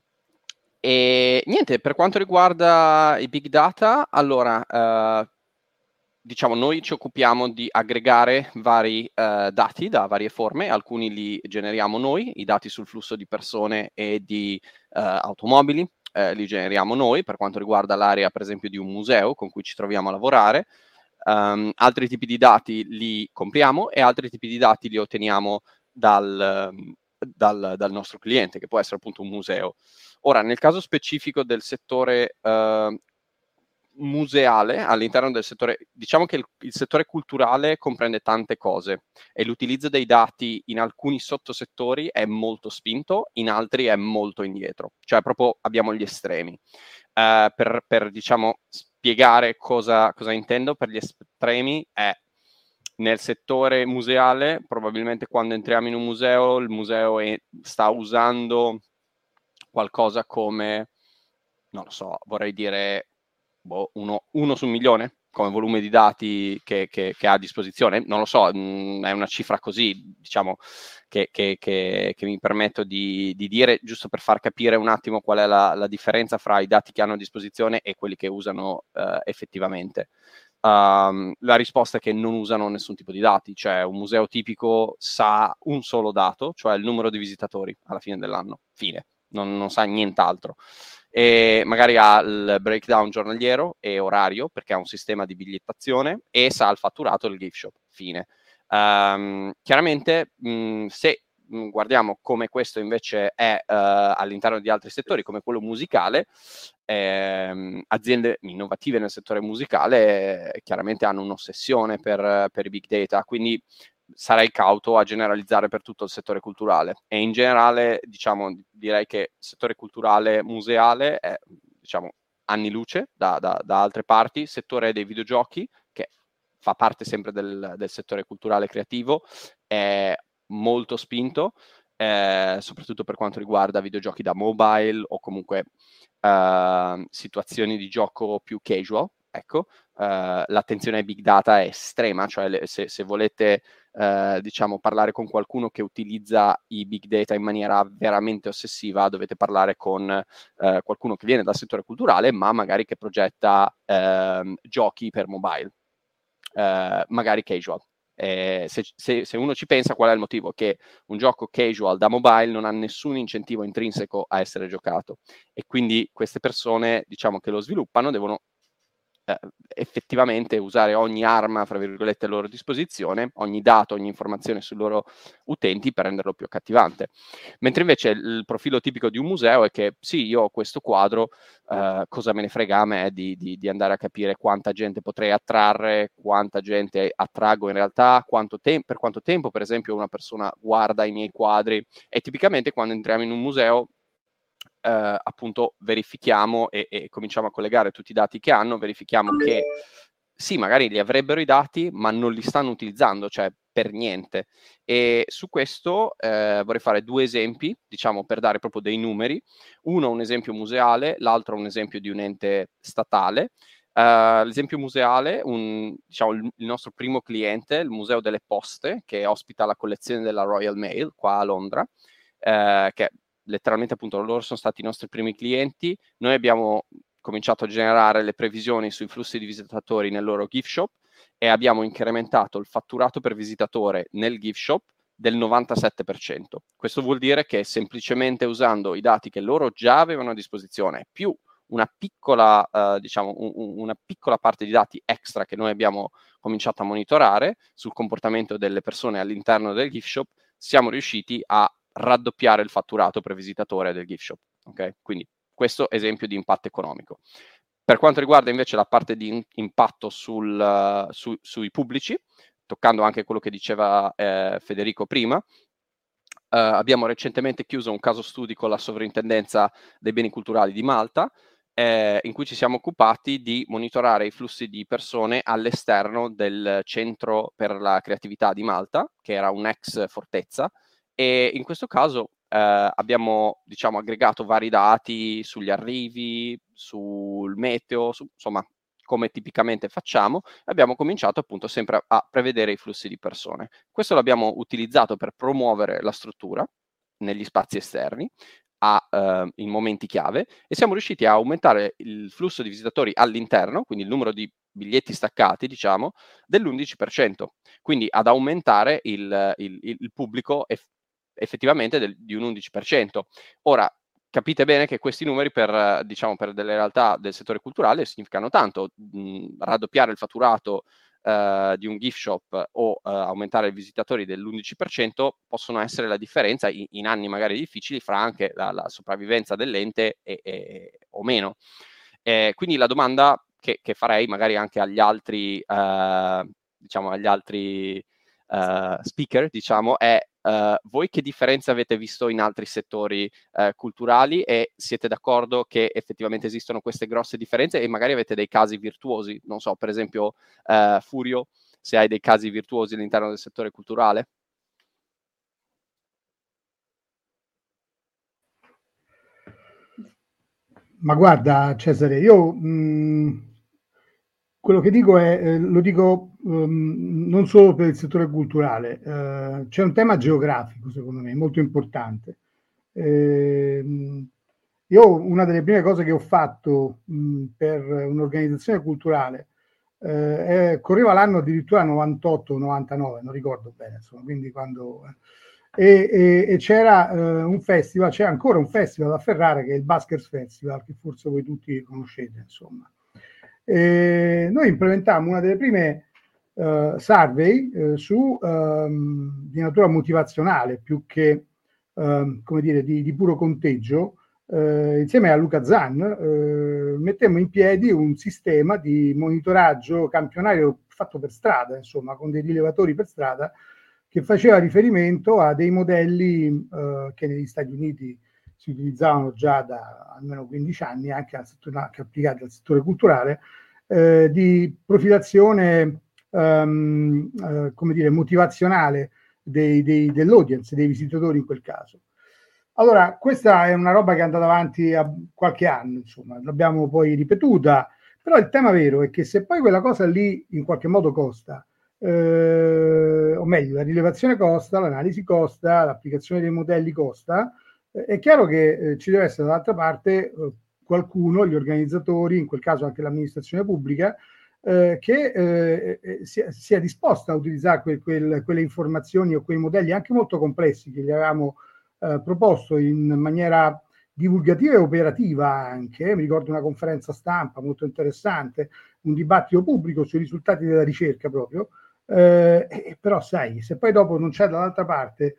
E niente, per quanto riguarda i big data, allora, diciamo, noi ci occupiamo di aggregare vari dati da varie forme. Alcuni li generiamo noi, i dati sul flusso di persone e di automobili, li generiamo noi per quanto riguarda l'area, per esempio, di un museo con cui ci troviamo a lavorare. Altri tipi di dati li compriamo e altri tipi di dati li otteniamo dal nostro cliente, che può essere appunto un museo. Ora, nel caso specifico del settore museale, all'interno del settore, diciamo che il settore culturale comprende tante cose, e l'utilizzo dei dati in alcuni sottosettori è molto spinto, in altri è molto indietro, cioè proprio abbiamo gli estremi. Per diciamo spiegare cosa intendo per gli estremi, è nel settore museale, probabilmente quando entriamo in un museo, il museo sta usando qualcosa come, non lo so, vorrei dire uno su un milione come volume di dati che ha a disposizione, non lo so, è una cifra così, diciamo, che mi permetto di dire, giusto per far capire un attimo qual è la differenza fra i dati che hanno a disposizione e quelli che usano effettivamente. La risposta è che non usano nessun tipo di dati, cioè un museo tipico sa un solo dato, cioè il numero di visitatori alla fine dell'anno, fine, non sa nient'altro. E magari ha il breakdown giornaliero e orario, perché ha un sistema di bigliettazione, e sa il fatturato del gift shop, fine. Chiaramente, se guardiamo come questo invece è all'interno di altri settori, come quello musicale, aziende innovative nel settore musicale chiaramente hanno un'ossessione per i big data, quindi sarei cauto a generalizzare per tutto il settore culturale. E in generale, diciamo, direi che il settore culturale museale è, diciamo, anni luce da altre parti. Settore dei videogiochi, che fa parte sempre del settore culturale creativo, è molto spinto, soprattutto per quanto riguarda videogiochi da mobile o comunque situazioni di gioco più casual. Ecco, l'attenzione ai big data è estrema, cioè se volete diciamo parlare con qualcuno che utilizza i big data in maniera veramente ossessiva, dovete parlare con qualcuno che viene dal settore culturale, ma magari che progetta giochi per mobile, magari casual. Se uno ci pensa, qual è il motivo? Che un gioco casual da mobile non ha nessun incentivo intrinseco a essere giocato, e quindi queste persone, diciamo, che lo sviluppano devono effettivamente usare ogni arma, fra virgolette, a loro disposizione, ogni dato, ogni informazione sui loro utenti per renderlo più accattivante. Mentre invece il profilo tipico di un museo è che sì, io ho questo quadro, cosa me ne frega a me di andare a capire quanta gente potrei attrarre, quanta gente attraggo in realtà, per quanto tempo per esempio una persona guarda i miei quadri. E tipicamente quando entriamo in un museo appunto verifichiamo e cominciamo a collegare tutti i dati che hanno, verifichiamo che sì, magari li avrebbero i dati, ma non li stanno utilizzando, cioè per niente. E su questo vorrei fare due esempi, diciamo, per dare proprio dei numeri. Uno un esempio museale, l'altro un esempio di un ente statale. L'esempio museale, diciamo, il nostro primo cliente, il Museo delle Poste, che ospita la collezione della Royal Mail qua a Londra, che letteralmente appunto loro sono stati i nostri primi clienti. Noi abbiamo cominciato a generare le previsioni sui flussi di visitatori nel loro gift shop e abbiamo incrementato il fatturato per visitatore nel gift shop del 97%. Questo vuol dire che semplicemente usando i dati che loro già avevano a disposizione, più una piccola, diciamo, una piccola parte di dati extra che noi abbiamo cominciato a monitorare sul comportamento delle persone all'interno del gift shop, siamo riusciti a raddoppiare il fatturato per visitatore del gift shop. Okay? Quindi questo esempio di impatto economico. Per quanto riguarda invece la parte di impatto sui pubblici, toccando anche quello che diceva Federico prima, abbiamo recentemente chiuso un caso studi con la Sovrintendenza dei Beni Culturali di Malta, in cui ci siamo occupati di monitorare i flussi di persone all'esterno del Centro per la Creatività di Malta, che era un'ex fortezza, e in questo caso abbiamo, diciamo, aggregato vari dati sugli arrivi, sul meteo, insomma, come tipicamente facciamo, abbiamo cominciato appunto sempre a prevedere i flussi di persone. Questo l'abbiamo utilizzato per promuovere la struttura negli spazi esterni in momenti chiave, e siamo riusciti a aumentare il flusso di visitatori all'interno, quindi il numero di biglietti staccati, diciamo, dell'11%, quindi ad aumentare il pubblico effettivamente di un 11%. Ora, capite bene che questi numeri per delle realtà del settore culturale significano tanto. Raddoppiare il fatturato di un gift shop o aumentare i visitatori dell'11% possono essere la differenza in anni magari difficili fra anche la sopravvivenza dell'ente o meno. Quindi la domanda che farei magari anche agli altri speaker, diciamo, è voi che differenza avete visto in altri settori culturali, e siete d'accordo che effettivamente esistono queste grosse differenze, e magari avete dei casi virtuosi? Non so, per esempio Furio, se hai dei casi virtuosi all'interno del settore culturale. Ma guarda Cesare, io quello che dico è, lo dico non solo per il settore culturale, c'è un tema geografico secondo me molto importante. Io una delle prime cose che ho fatto per un'organizzazione culturale correva l'anno addirittura 98-99, non ricordo bene, insomma, quindi quando... E c'era un festival, c'è ancora un festival a Ferrara che è il Buskers Festival, che forse voi tutti conoscete, insomma. Noi implementammo una delle prime survey di natura motivazionale più che come dire, di puro conteggio. Insieme a Luca Zan mettemmo in piedi un sistema di monitoraggio campionario fatto per strada, insomma, con dei rilevatori per strada, che faceva riferimento a dei modelli che negli Stati Uniti si utilizzavano già da almeno 15 anni, anche applicati al settore culturale, di profilazione come dire, motivazionale dell'audience, dei visitatori in quel caso. Allora, questa è una roba che è andata avanti a qualche anno, insomma, l'abbiamo poi ripetuta, però il tema vero è che se poi quella cosa lì in qualche modo costa, o meglio, la rilevazione costa, l'analisi costa, l'applicazione dei modelli costa, è chiaro che ci deve essere dall'altra parte qualcuno, gli organizzatori, in quel caso anche l'amministrazione pubblica, che sia disposta a utilizzare quelle informazioni o quei modelli anche molto complessi che gli avevamo proposto in maniera divulgativa e operativa anche. Mi ricordo una conferenza stampa molto interessante, un dibattito pubblico sui risultati della ricerca proprio, però sai, se poi dopo non c'è dall'altra parte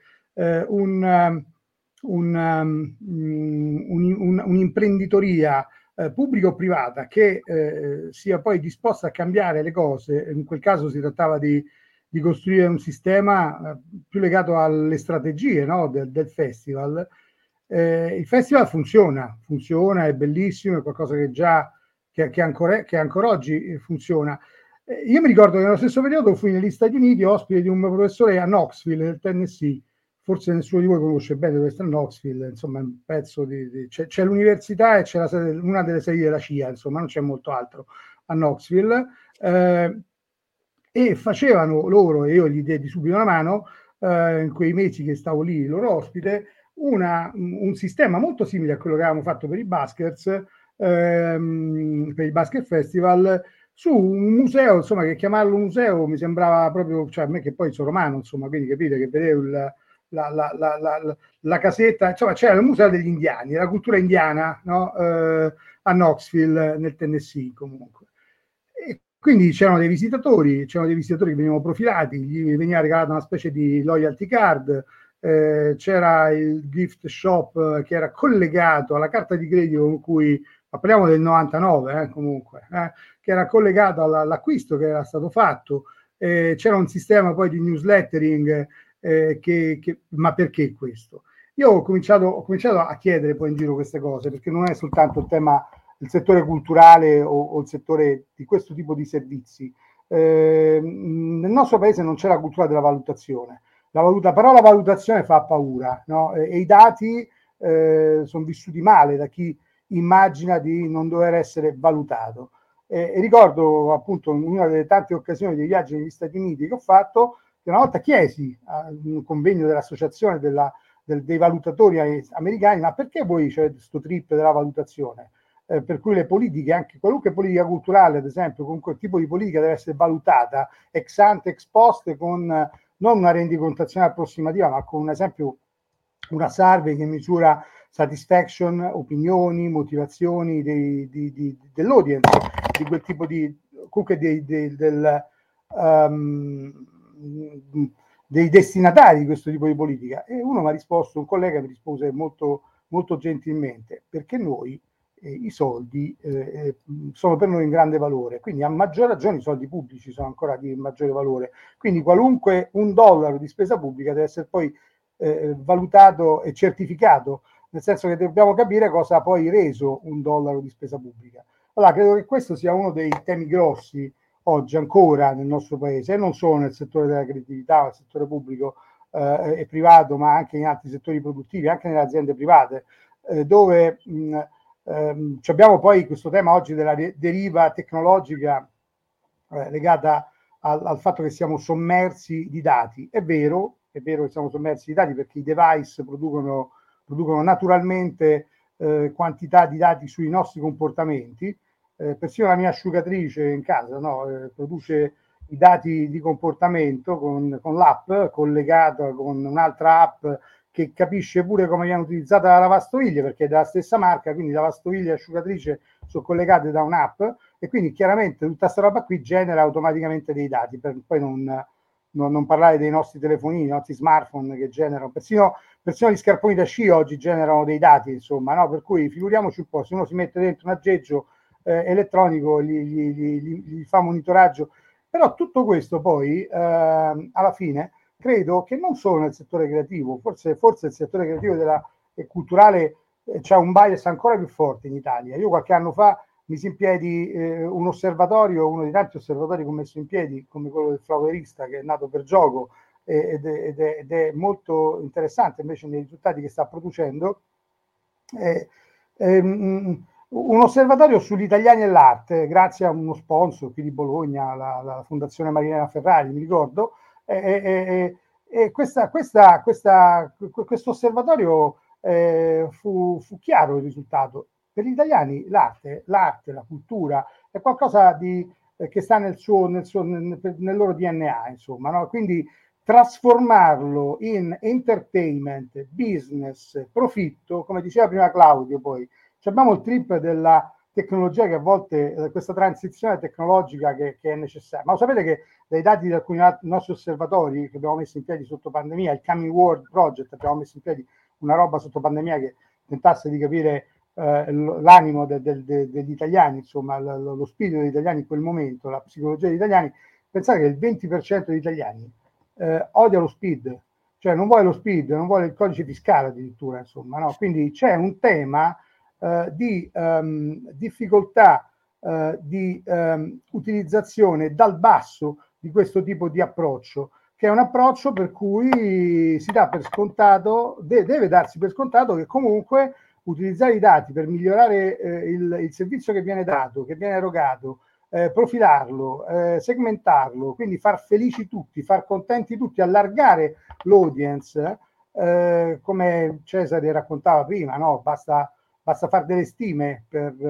un'imprenditoria pubblica o privata che sia poi disposta a cambiare le cose, in quel caso si trattava di costruire un sistema più legato alle strategie, no, del festival. Il festival funziona, è bellissimo, è qualcosa che ancora oggi funziona. Io mi ricordo che nello stesso periodo fui negli Stati Uniti ospite di un mio professore a Knoxville, nel Tennessee. Forse nessuno di voi conosce bene dove sta Knoxville, insomma, un pezzo c'è l'università e c'è una delle sedi della CIA, insomma, non c'è molto altro a Knoxville. E facevano loro, e io gli diedi subito una mano, in quei mesi che stavo lì, loro ospite, un sistema molto simile a quello che avevamo fatto per i Baskets, per il Basket Festival, su un museo, insomma, che chiamarlo museo mi sembrava proprio, cioè a me che poi sono romano, insomma, quindi capite che vedevo la casetta, insomma c'era il museo degli indiani, la cultura indiana, no? A Knoxville, nel Tennessee comunque. E quindi c'erano dei visitatori che venivano profilati, gli veniva regalata una specie di loyalty card, c'era il gift shop che era collegato alla carta di credito con cui, ma parliamo del 99 comunque, che era collegato all'acquisto che era stato fatto, c'era un sistema poi di newslettering, ma perché questo? Io ho cominciato a chiedere poi in giro queste cose, perché non è soltanto il tema del settore culturale o il settore di questo tipo di servizi. Nel nostro paese non c'è la cultura della valutazione, però la valutazione fa paura, no? E i dati sono vissuti male da chi immagina di non dover essere valutato. E ricordo appunto in una delle tante occasioni dei viaggi negli Stati Uniti che ho fatto, che una volta chiesi a un convegno dell'associazione dei valutatori americani: ma perché voi c'è questo trip della valutazione? Per cui le politiche, anche qualunque politica culturale, ad esempio, con quel tipo di politica deve essere valutata ex ante, ex post, con non una rendicontazione approssimativa, ma con un esempio, una survey che misura satisfaction, opinioni, motivazioni dell'audience, di quel tipo di, comunque dei destinatari di questo tipo di politica. E un collega mi rispose molto, molto gentilmente: perché noi i soldi sono per noi un grande valore, quindi a maggior ragione i soldi pubblici sono ancora di maggiore valore, quindi qualunque $1 di spesa pubblica deve essere poi valutato e certificato, nel senso che dobbiamo capire cosa ha poi reso $1 di spesa pubblica. Allora, credo che questo sia uno dei temi grossi oggi ancora nel nostro paese, e non solo nel settore della creatività, nel settore pubblico e privato, ma anche in altri settori produttivi, anche nelle aziende private, dove abbiamo poi questo tema oggi della deriva tecnologica legata al fatto che siamo sommersi di dati. È vero che siamo sommersi di dati, perché i device producono naturalmente quantità di dati sui nostri comportamenti. Persino la mia asciugatrice in casa, no, produce i dati di comportamento con l'app collegata con un'altra app che capisce pure come viene utilizzata la lavastoviglie, perché è della stessa marca, quindi lavastoviglie e asciugatrice sono collegate da un'app, e quindi chiaramente tutta questa roba qui genera automaticamente dei dati, per poi non parlare dei nostri telefonini, i nostri smartphone che generano, persino gli scarponi da sci oggi generano dei dati, insomma, no? Per cui figuriamoci un po', se uno si mette dentro un aggeggio elettronico, gli fa monitoraggio, però tutto questo poi alla fine credo che non solo nel settore creativo, forse il settore creativo e culturale c'è un bias ancora più forte in Italia. Io qualche anno fa mise in piedi un osservatorio, uno dei tanti osservatori che ho messo in piedi, come quello del Flowerista, che è nato per gioco ed è molto interessante invece nei risultati che sta producendo. Un osservatorio sugli italiani e l'arte, grazie a uno sponsor qui di Bologna, la Fondazione Marinella Ferrari, mi ricordo, e questo osservatorio fu chiaro il risultato. Per gli italiani l'arte, la cultura è qualcosa che sta nel loro DNA, insomma, no? Quindi trasformarlo in entertainment, business, profitto, come diceva prima Claudio, poi abbiamo il trip della tecnologia, che a volte questa transizione tecnologica che è necessaria. Ma lo sapete che dai dati di alcuni nostri osservatori che abbiamo messo in piedi sotto pandemia, il Coming World Project, abbiamo messo in piedi una roba sotto pandemia che tentasse di capire l'animo degli italiani, insomma lo spirito degli italiani in quel momento, la psicologia degli italiani. Pensate che il 20% degli italiani odia lo speed, cioè non vuole lo speed, non vuole il codice fiscale addirittura, insomma, no? Quindi c'è un tema di difficoltà di utilizzazione dal basso di questo tipo di approccio, che è un approccio per cui si dà per scontato, deve darsi per scontato che comunque utilizzare i dati per migliorare il servizio che viene dato, che viene erogato, profilarlo, segmentarlo, quindi far felici tutti, far contenti tutti, allargare l'audience, come Cesare raccontava prima, no? Basta fare delle stime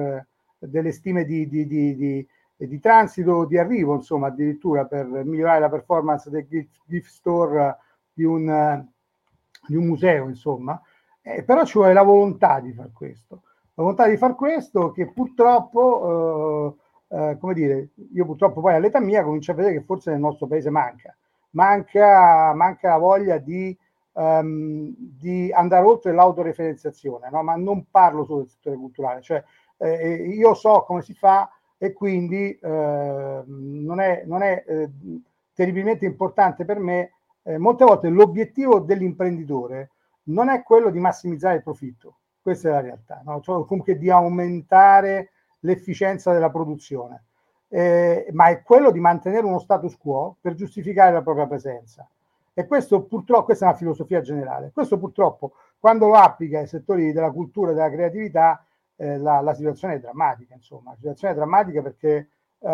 di transito, di arrivo, insomma, addirittura per migliorare la performance del gift store di un museo, insomma. Però ci vuole la volontà di far questo. La volontà di far questo che purtroppo, come dire, io purtroppo poi all'età mia comincio a vedere che forse nel nostro paese manca la voglia di andare oltre l'autoreferenziazione, no? Ma non parlo solo del settore culturale, cioè io so come si fa e quindi non è terribilmente importante per me. Molte volte l'obiettivo dell'imprenditore non è quello di massimizzare il profitto, questa è la realtà, no? Cioè, comunque di aumentare l'efficienza della produzione, ma è quello di mantenere uno status quo per giustificare la propria presenza. E questo purtroppo, questa è una filosofia generale, questo purtroppo quando lo applica ai settori della cultura e della creatività la situazione è drammatica, insomma, la situazione è drammatica perché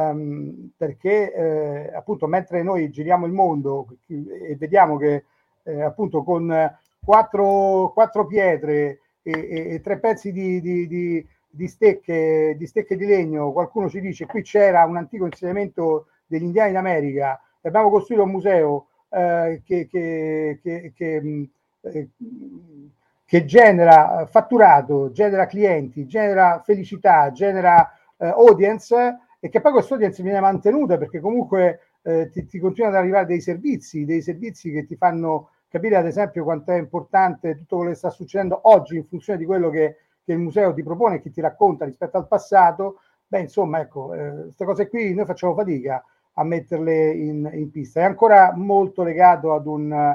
appunto mentre noi giriamo il mondo e vediamo che appunto con quattro pietre e 3 pezzi di stecche di legno, qualcuno ci dice qui c'era un antico insediamento degli indiani d'America e abbiamo costruito un museo che genera fatturato, genera clienti, genera felicità, genera audience, e che poi questa audience viene mantenuta perché comunque ti continuano ad arrivare dei servizi che ti fanno capire ad esempio quanto è importante tutto quello che sta succedendo oggi in funzione di quello che il museo ti propone e che ti racconta rispetto al passato. Beh, insomma, ecco, queste cose qui noi facciamo fatica a metterle in pista. È ancora molto legato ad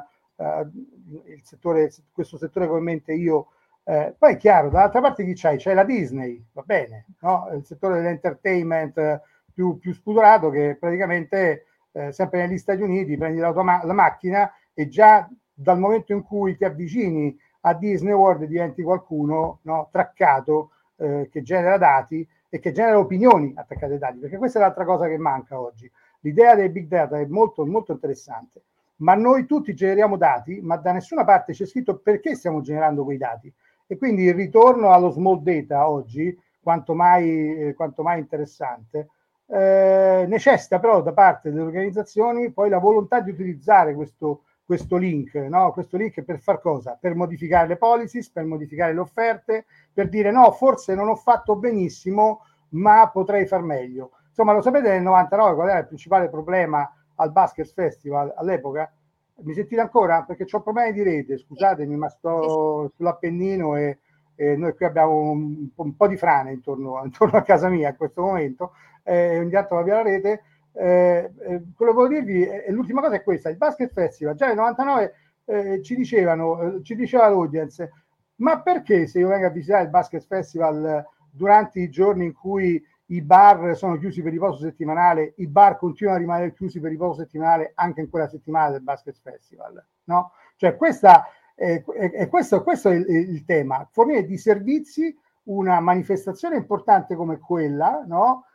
questo settore come mente io. Poi è chiaro, dall'altra parte chi c'hai? C'è la Disney, va bene, no? Il settore dell'entertainment più spudorato che praticamente sempre negli Stati Uniti prendi la macchina e già dal momento in cui ti avvicini a Disney World diventi qualcuno, no, traccato, che genera dati e che genera opinioni attaccate ai dati, perché questa è l'altra cosa che manca oggi. L'idea dei big data è molto, molto interessante, ma noi tutti generiamo dati, ma da nessuna parte c'è scritto perché stiamo generando quei dati. E quindi il ritorno allo small data oggi, quanto mai interessante, necessita però da parte delle organizzazioni poi la volontà di utilizzare questo questo link, no? Questo link per far cosa? Per modificare le policies, per modificare le offerte, per dire no, forse non ho fatto benissimo, ma potrei far meglio. Insomma, lo sapete nel 99 qual era il principale problema al Basket Festival all'epoca? Mi sentite ancora? Perché ho problemi di rete, scusatemi, ma sto sull'Appennino e noi qui abbiamo un po' di frane intorno a casa mia in questo momento, ogni tanto va via la rete. Quello che volevo dirvi, l'ultima cosa è questa: il Basket Festival già nel 99 ci diceva l'audience, ma perché se io vengo a visitare il Basket Festival durante i giorni in cui i bar sono chiusi per riposo settimanale, i bar continuano a rimanere chiusi per riposo settimanale anche in quella settimana del Basket Festival, no? Cioè questo è il tema: fornire di servizi una manifestazione importante come quella, no?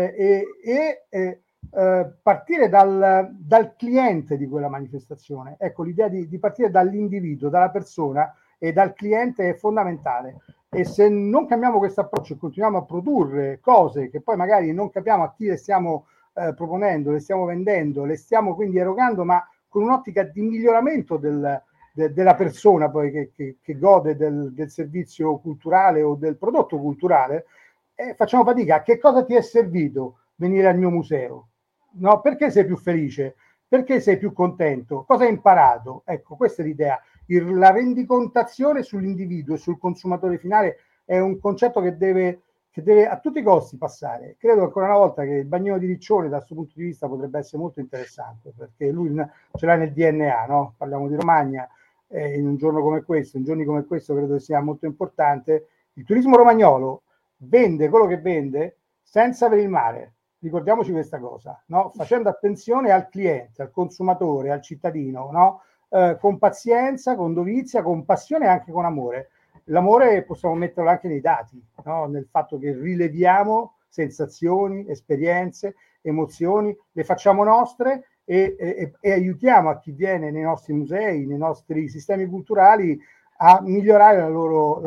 Partire dal cliente di quella manifestazione. Ecco, l'idea di partire dall'individuo, dalla persona e dal cliente è fondamentale. E se non cambiamo questo approccio e continuiamo a produrre cose che poi magari non capiamo a chi le stiamo proponendo, le stiamo vendendo, le stiamo quindi erogando, ma con un'ottica di miglioramento della persona poi che gode del servizio culturale o del prodotto culturale, facciamo fatica. Che cosa ti è servito venire al mio museo? No? Perché sei più felice? Perché sei più contento? Cosa hai imparato? Ecco, questa è l'idea. La rendicontazione sull'individuo e sul consumatore finale è un concetto che deve a tutti i costi passare. Credo ancora una volta che il bagnino di Riccione da questo punto di vista potrebbe essere molto interessante, perché lui ce l'ha nel DNA, no? Parliamo di Romagna, in un giorno come questo, in giorni come questo credo sia molto importante. Il turismo romagnolo vende quello che vende senza avere il mare. Ricordiamoci questa cosa, no? Facendo attenzione al cliente, al consumatore, al cittadino, no? Con pazienza, con dovizia, con passione e anche con amore. L'amore possiamo metterlo anche nei dati, no? Nel fatto che rileviamo sensazioni, esperienze, emozioni, le facciamo nostre e aiutiamo a chi viene nei nostri musei, nei nostri sistemi culturali a migliorare la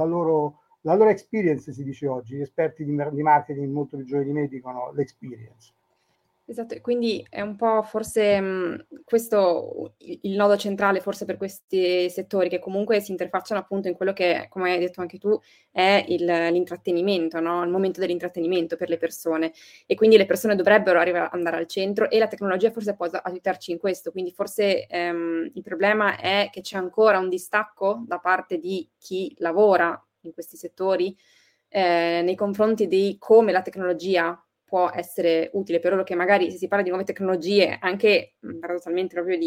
loro experience, si dice oggi. Gli esperti di marketing molto più giovani di me dicono l'experience. Esatto, quindi è un po' forse questo il nodo centrale forse per questi settori che comunque si interfacciano appunto in quello che, come hai detto anche tu, è l'intrattenimento, no? Il momento dell'intrattenimento per le persone, e quindi le persone dovrebbero andare al centro e la tecnologia forse può aiutarci in questo, quindi forse il problema è che c'è ancora un distacco da parte di chi lavora in questi settori nei confronti di come la tecnologia può essere utile per loro, che magari se si parla di nuove tecnologie, anche paradossalmente proprio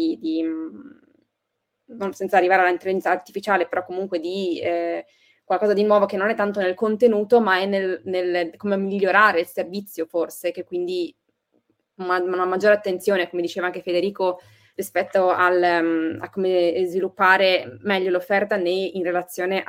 non senza arrivare all'intelligenza artificiale, però comunque di qualcosa di nuovo che non è tanto nel contenuto, ma è nel come migliorare il servizio forse, che quindi una maggiore attenzione, come diceva anche Federico, rispetto a come sviluppare meglio l'offerta in relazione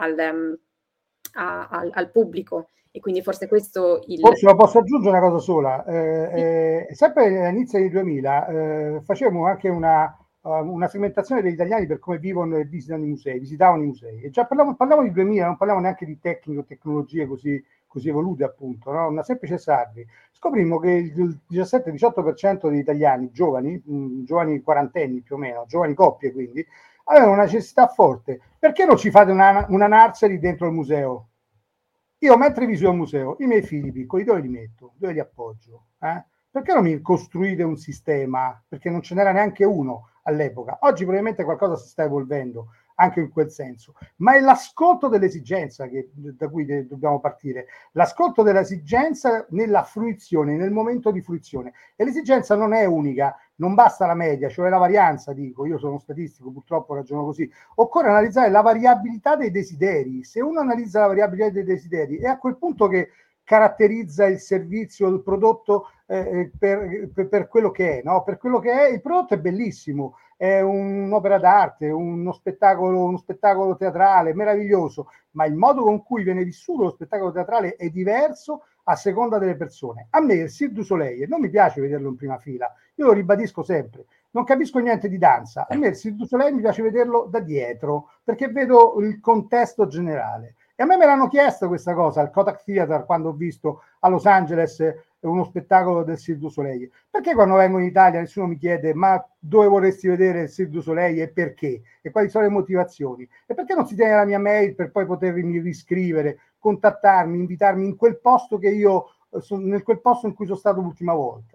al pubblico. E quindi forse questo Forse lo posso aggiungere una cosa sola. Sempre all'inizio degli 2000 facevamo anche una segmentazione degli italiani per come vivono e visitavano i musei. E già parliamo di 2000, non parliamo neanche di tecniche o tecnologie così evolute, appunto, no? Una semplice survey. Scoprimmo che il 17-18% degli italiani giovani quarantenni più o meno, giovani coppie quindi, avevano una necessità forte. Perché non ci fate una nursery dentro il museo? Io mentre visito il museo, i miei figli piccoli dove li metto? Dove li appoggio? Perché non mi costruite un sistema? Perché non ce n'era neanche uno all'epoca. Oggi probabilmente qualcosa si sta evolvendo anche in quel senso, ma è l'ascolto dell'esigenza da cui dobbiamo partire, l'ascolto dell'esigenza nella fruizione, nel momento di fruizione. E l'esigenza non è unica, non basta la media, cioè la varianza, dico, io sono statistico, purtroppo ragiono così, occorre analizzare la variabilità dei desideri. Se uno analizza la variabilità dei desideri, è a quel punto che caratterizza il servizio, il prodotto per quello che è, no? Per quello che è, il prodotto è bellissimo, è un'opera d'arte, uno spettacolo teatrale meraviglioso, ma il modo con cui viene vissuto lo spettacolo teatrale è diverso a seconda delle persone. A me il Cirque du Soleil non mi piace vederlo in prima fila, io lo ribadisco sempre, non capisco niente di danza, a me il Cirque du Soleil mi piace vederlo da dietro, perché vedo il contesto generale. E a me l'hanno chiesto questa cosa al Kodak Theater quando ho visto a Los Angeles uno spettacolo del Cirque du Soleil. Perché quando vengo in Italia nessuno mi chiede ma dove vorresti vedere il Cirque du Soleil e perché? E quali sono le motivazioni? E perché non si tiene la mia mail per poi potermi riscrivere, contattarmi, invitarmi in quel posto che io, nel quel posto in cui sono stato l'ultima volta?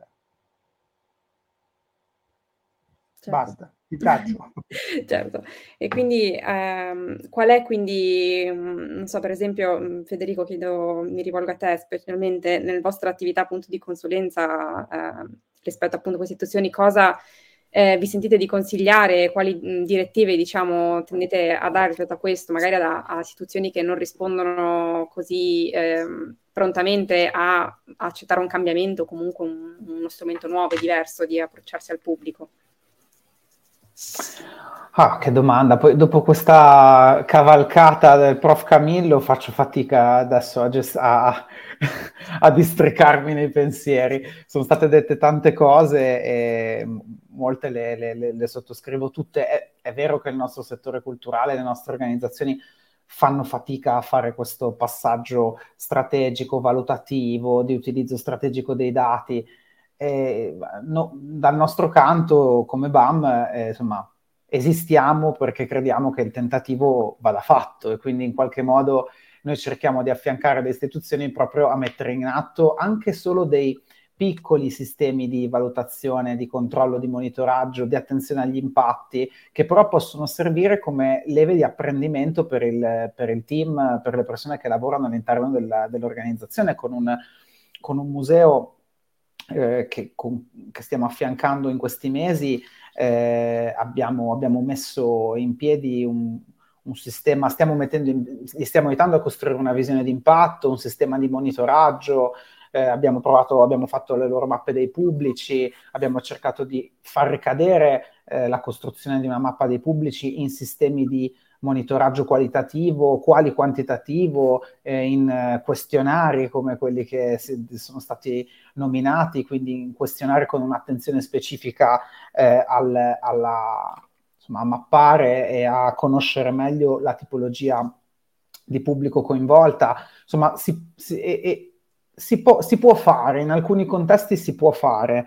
Certo. Basta, ti taccio. Certo. E quindi qual è quindi, non so, per esempio, Federico, mi rivolgo a te, specialmente nella vostra attività appunto di consulenza rispetto appunto a queste situazioni, cosa vi sentite di consigliare, quali direttive diciamo tendete a dare rispetto a questo, magari a situazioni che non rispondono così prontamente a accettare un cambiamento o comunque uno strumento nuovo e diverso di approcciarsi al pubblico? Ah, che domanda. Poi dopo questa cavalcata del prof Camillo faccio fatica adesso a districarmi nei pensieri. Sono state dette tante cose e molte le sottoscrivo tutte. È vero che il nostro settore culturale, le nostre organizzazioni fanno fatica a fare questo passaggio strategico, valutativo, di utilizzo strategico dei dati. Dal nostro canto, come BAM, insomma, esistiamo perché crediamo che il tentativo vada fatto e quindi in qualche modo noi cerchiamo di affiancare le istituzioni proprio a mettere in atto anche solo dei piccoli sistemi di valutazione, di controllo, di monitoraggio, di attenzione agli impatti, che però possono servire come leve di apprendimento per il team, per le persone che lavorano all'interno dell'organizzazione, con un museo che stiamo affiancando in questi mesi. Abbiamo messo in piedi un sistema, gli stiamo aiutando a costruire una visione di impatto, un sistema di monitoraggio. Abbiamo fatto le loro mappe dei pubblici, abbiamo cercato di far ricadere la costruzione di una mappa dei pubblici in sistemi di monitoraggio qualitativo, quantitativo, in questionari come quelli che sono stati nominati, quindi in questionari con un'attenzione specifica a mappare e a conoscere meglio la tipologia di pubblico coinvolta. Insomma, si può fare, in alcuni contesti si può fare,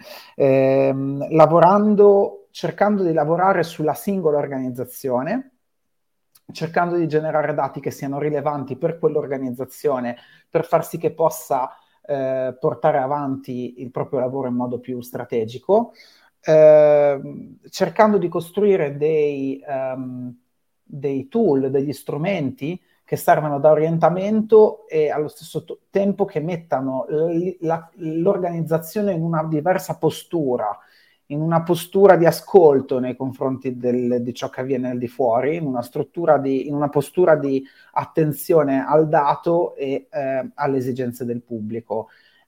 cercando di lavorare sulla singola organizzazione, cercando di generare dati che siano rilevanti per quell'organizzazione, per far sì che possa portare avanti il proprio lavoro in modo più strategico, cercando di costruire dei tool, degli strumenti che servono da orientamento e allo stesso tempo che mettano l'organizzazione in una diversa postura, in una postura di ascolto nei confronti di ciò che avviene al di fuori, in una postura di attenzione al dato e alle esigenze del pubblico.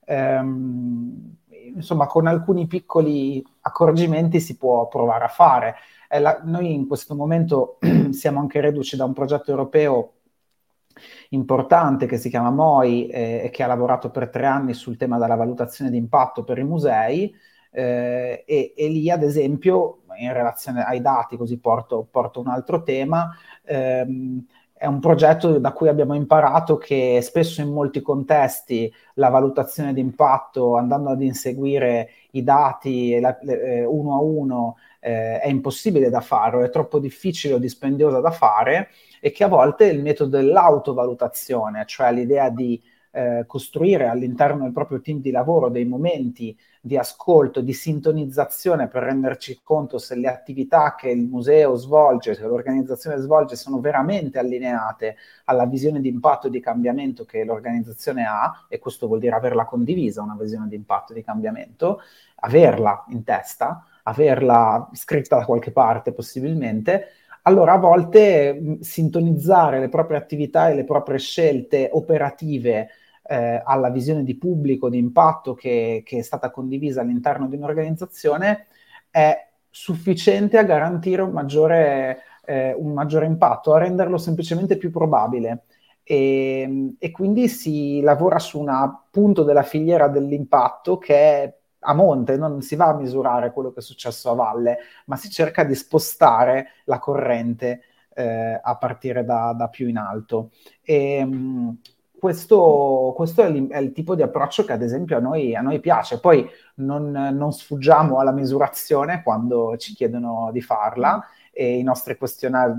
Insomma, con alcuni piccoli accorgimenti si può provare a fare. Noi in questo momento siamo anche reduci da un progetto europeo importante che si chiama MOI e che ha lavorato per 3 anni sul tema della valutazione di impatto per i musei. E lì, ad esempio, in relazione ai dati, così porto un altro tema, è un progetto da cui abbiamo imparato che spesso in molti contesti la valutazione di impatto, andando ad inseguire i dati uno a uno, è impossibile da fare, o è troppo difficile o dispendiosa da fare, e che a volte il metodo dell'autovalutazione, cioè l'idea di costruire all'interno del proprio team di lavoro dei momenti di ascolto, di sintonizzazione per renderci conto se le attività che il museo svolge, se l'organizzazione svolge sono veramente allineate alla visione di impatto e di cambiamento che l'organizzazione ha, e questo vuol dire averla condivisa, una visione di impatto e di cambiamento, averla in testa, averla scritta da qualche parte possibilmente. Allora a volte sintonizzare le proprie attività e le proprie scelte operative alla visione di pubblico, di impatto che è stata condivisa all'interno di un'organizzazione è sufficiente a garantire un maggiore impatto, a renderlo semplicemente più probabile. E quindi si lavora su un punto della filiera dell'impatto che è a monte, non si va a misurare quello che è successo a valle, ma si cerca di spostare la corrente a partire da più in alto. E, questo è il tipo di approccio che ad esempio a noi piace. Poi non sfuggiamo alla misurazione quando ci chiedono di farla, e i nostri questionari,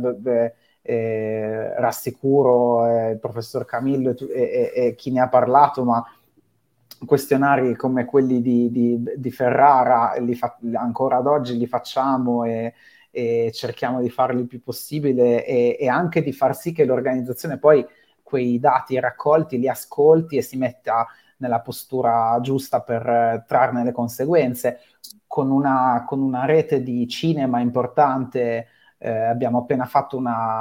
rassicuro il professor Camillo e chi ne ha parlato, ma questionari come quelli di Ferrara ancora ad oggi li facciamo e cerchiamo di farli il più possibile, e anche di far sì che l'organizzazione poi quei dati raccolti li ascolti e si metta nella postura giusta per trarne le conseguenze. Con una rete di cinema importante, abbiamo appena fatto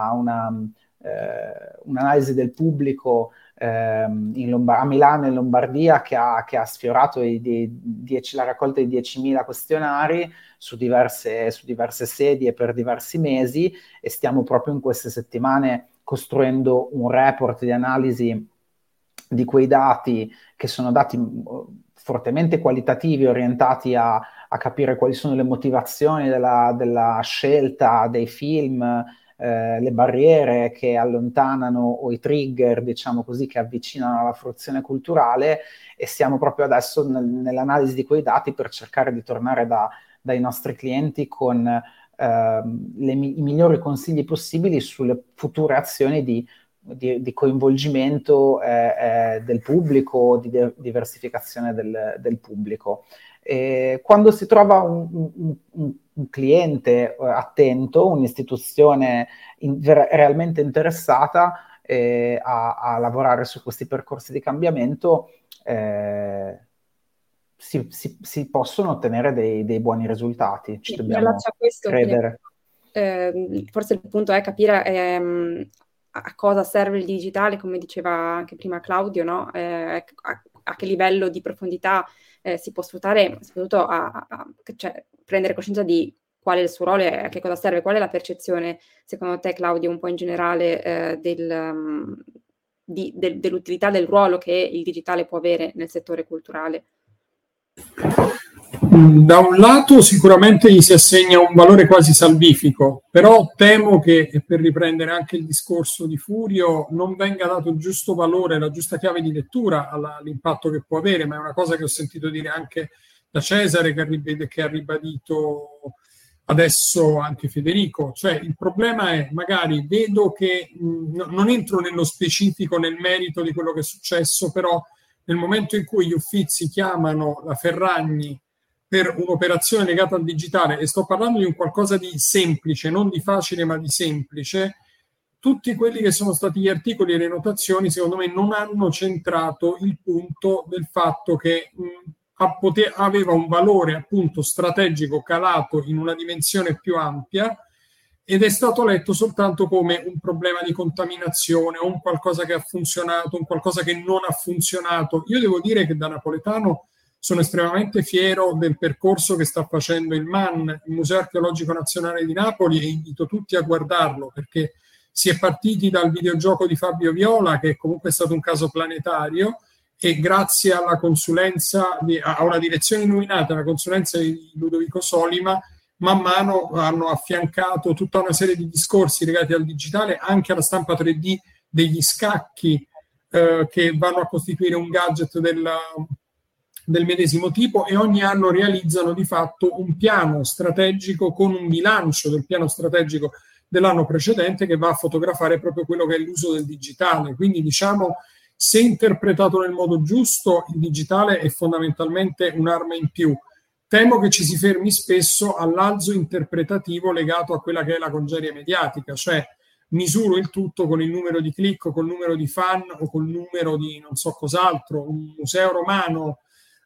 un'analisi del pubblico a Milano e in Lombardia che ha sfiorato la raccolta di 10.000 questionari su diverse sedi e per diversi mesi, e stiamo proprio in queste settimane costruendo un report di analisi di quei dati, che sono dati fortemente qualitativi, orientati a capire quali sono le motivazioni della scelta dei film, le barriere che allontanano o i trigger, diciamo così, che avvicinano alla fruizione culturale, e siamo proprio adesso nell'analisi di quei dati per cercare di tornare dai nostri clienti con i migliori consigli possibili sulle future azioni di coinvolgimento del pubblico, di diversificazione del pubblico. E quando si trova un cliente attento, un'istituzione realmente interessata a lavorare su questi percorsi di cambiamento, si possono ottenere dei buoni risultati. Ci dobbiamo credere. Forse il punto è capire a cosa serve il digitale, come diceva anche prima Claudio, no? A che livello di profondità si può sfruttare, soprattutto cioè, prendere coscienza di qual è il suo ruolo e a che cosa serve. Qual è la percezione, secondo te, Claudio, un po' in generale dell'utilità del ruolo che il digitale può avere nel settore culturale? Da un lato sicuramente gli si assegna un valore quasi salvifico, però temo che, e per riprendere anche il discorso di Furio, non venga dato il giusto valore, la giusta chiave di lettura all'impatto che può avere, ma è una cosa che ho sentito dire anche da Cesare, che ha ribadito adesso anche Federico. Cioè, il problema è, magari vedo che, non entro nello specifico, nel merito di quello che è successo, però nel momento in cui gli Uffizi chiamano la Ferragni per un'operazione legata al digitale, e sto parlando di un qualcosa di semplice, non di facile ma di semplice, tutti quelli che sono stati gli articoli e le notazioni secondo me non hanno centrato il punto del fatto che aveva un valore appunto strategico calato in una dimensione più ampia, ed è stato letto soltanto come un problema di contaminazione, o un qualcosa che ha funzionato, un qualcosa che non ha funzionato. Io devo dire che da napoletano sono estremamente fiero del percorso che sta facendo il MAN, il Museo Archeologico Nazionale di Napoli, e invito tutti a guardarlo, perché si è partiti dal videogioco di Fabio Viola, che comunque è stato un caso planetario, e grazie alla consulenza, a una direzione illuminata, la consulenza di Ludovico Solima, man mano hanno affiancato tutta una serie di discorsi legati al digitale, anche alla stampa 3D degli scacchi che vanno a costituire un gadget del medesimo tipo, e ogni anno realizzano di fatto un piano strategico con un bilancio del piano strategico dell'anno precedente, che va a fotografare proprio quello che è l'uso del digitale. Quindi, diciamo, se interpretato nel modo giusto, il digitale è fondamentalmente un'arma in più. Temo che ci si fermi spesso all'alzo interpretativo legato a quella che è la congerie mediatica, cioè misuro il tutto con il numero di click, o col numero di fan, o col numero di non so cos'altro. Un museo romano,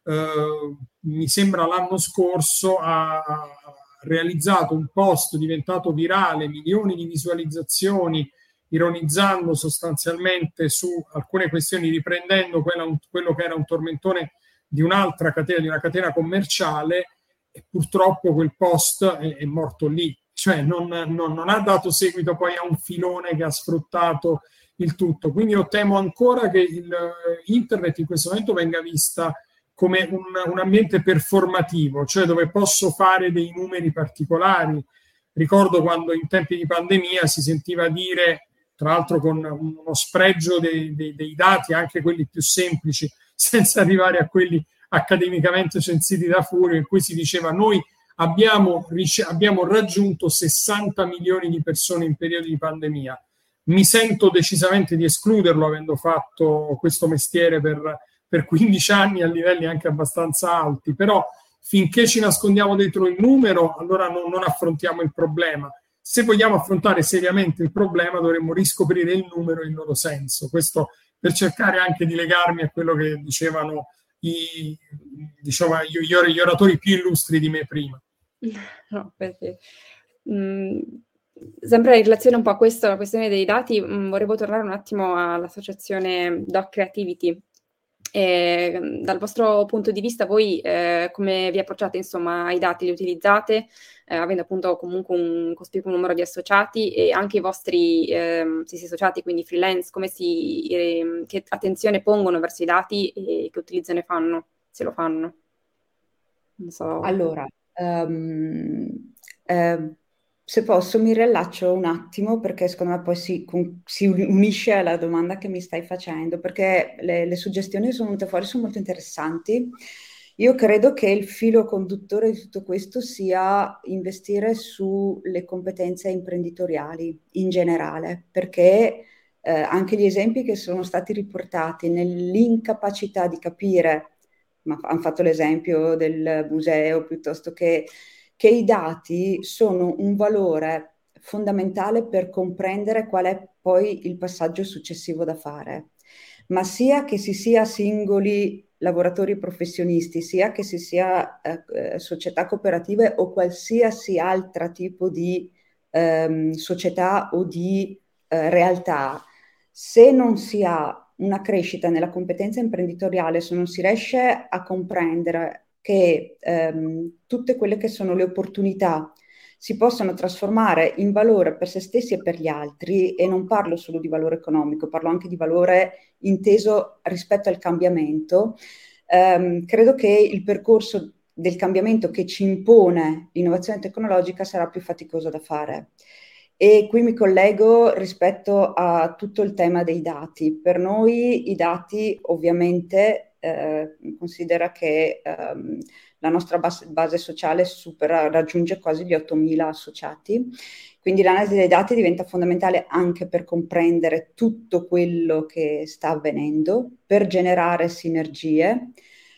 mi sembra l'anno scorso, ha realizzato un post diventato virale, milioni di visualizzazioni, ironizzando sostanzialmente su alcune questioni, riprendendo quello che era un tormentone di un'altra catena, di una catena commerciale, e purtroppo quel post è morto lì. Cioè non ha dato seguito poi a un filone che ha sfruttato il tutto. Quindi io temo ancora che internet in questo momento venga vista come un ambiente performativo, cioè dove posso fare dei numeri particolari, Ricordo quando in tempi di pandemia si sentiva dire, tra l'altro con uno spregio dei dati, anche quelli più semplici, senza arrivare a quelli accademicamente censiti da Furio, in cui si diceva: noi abbiamo raggiunto 60 milioni di persone in periodo di pandemia. Mi sento decisamente di escluderlo, avendo fatto questo mestiere per 15 anni a livelli anche abbastanza alti, però finché ci nascondiamo dietro il numero, allora non affrontiamo il problema. Se vogliamo affrontare seriamente il problema, dovremmo riscoprire il numero e il loro senso. Questo per cercare anche di legarmi a quello che dicevano gli oratori più illustri di me prima. No, perché sempre in relazione un po' a questo, la questione dei dati, volevo tornare un attimo all'associazione Doc Creativity. Dal vostro punto di vista, voi come vi approcciate insomma ai dati? Li utilizzate avendo appunto comunque un cospicuo numero di associati, e anche i vostri stessi associati, quindi freelance, che attenzione pongono verso i dati e che utilizzo ne fanno, se lo fanno? Non so. Allora, se posso mi riallaccio un attimo, perché secondo me poi si unisce alla domanda che mi stai facendo, perché le suggestioni che sono venute fuori sono molto interessanti. Io credo che il filo conduttore di tutto questo sia investire sulle competenze imprenditoriali in generale, perché anche gli esempi che sono stati riportati nell'incapacità di capire, ma hanno fatto l'esempio del museo, piuttosto che i dati sono un valore fondamentale per comprendere qual è poi il passaggio successivo da fare. Ma sia che si sia singoli lavoratori professionisti, sia che si sia società cooperative o qualsiasi altro tipo di società o di realtà, se non si ha una crescita nella competenza imprenditoriale, se non si riesce a comprendere che tutte quelle che sono le opportunità si possono trasformare in valore per se stessi e per gli altri, e non parlo solo di valore economico, parlo anche di valore inteso rispetto al cambiamento. Credo che il percorso del cambiamento che ci impone l'innovazione tecnologica sarà più faticoso da fare. E qui mi collego rispetto a tutto il tema dei dati. Per noi i dati ovviamente considera che la nostra base sociale raggiunge quasi gli 8.000 associati, quindi l'analisi dei dati diventa fondamentale anche per comprendere tutto quello che sta avvenendo, per generare sinergie.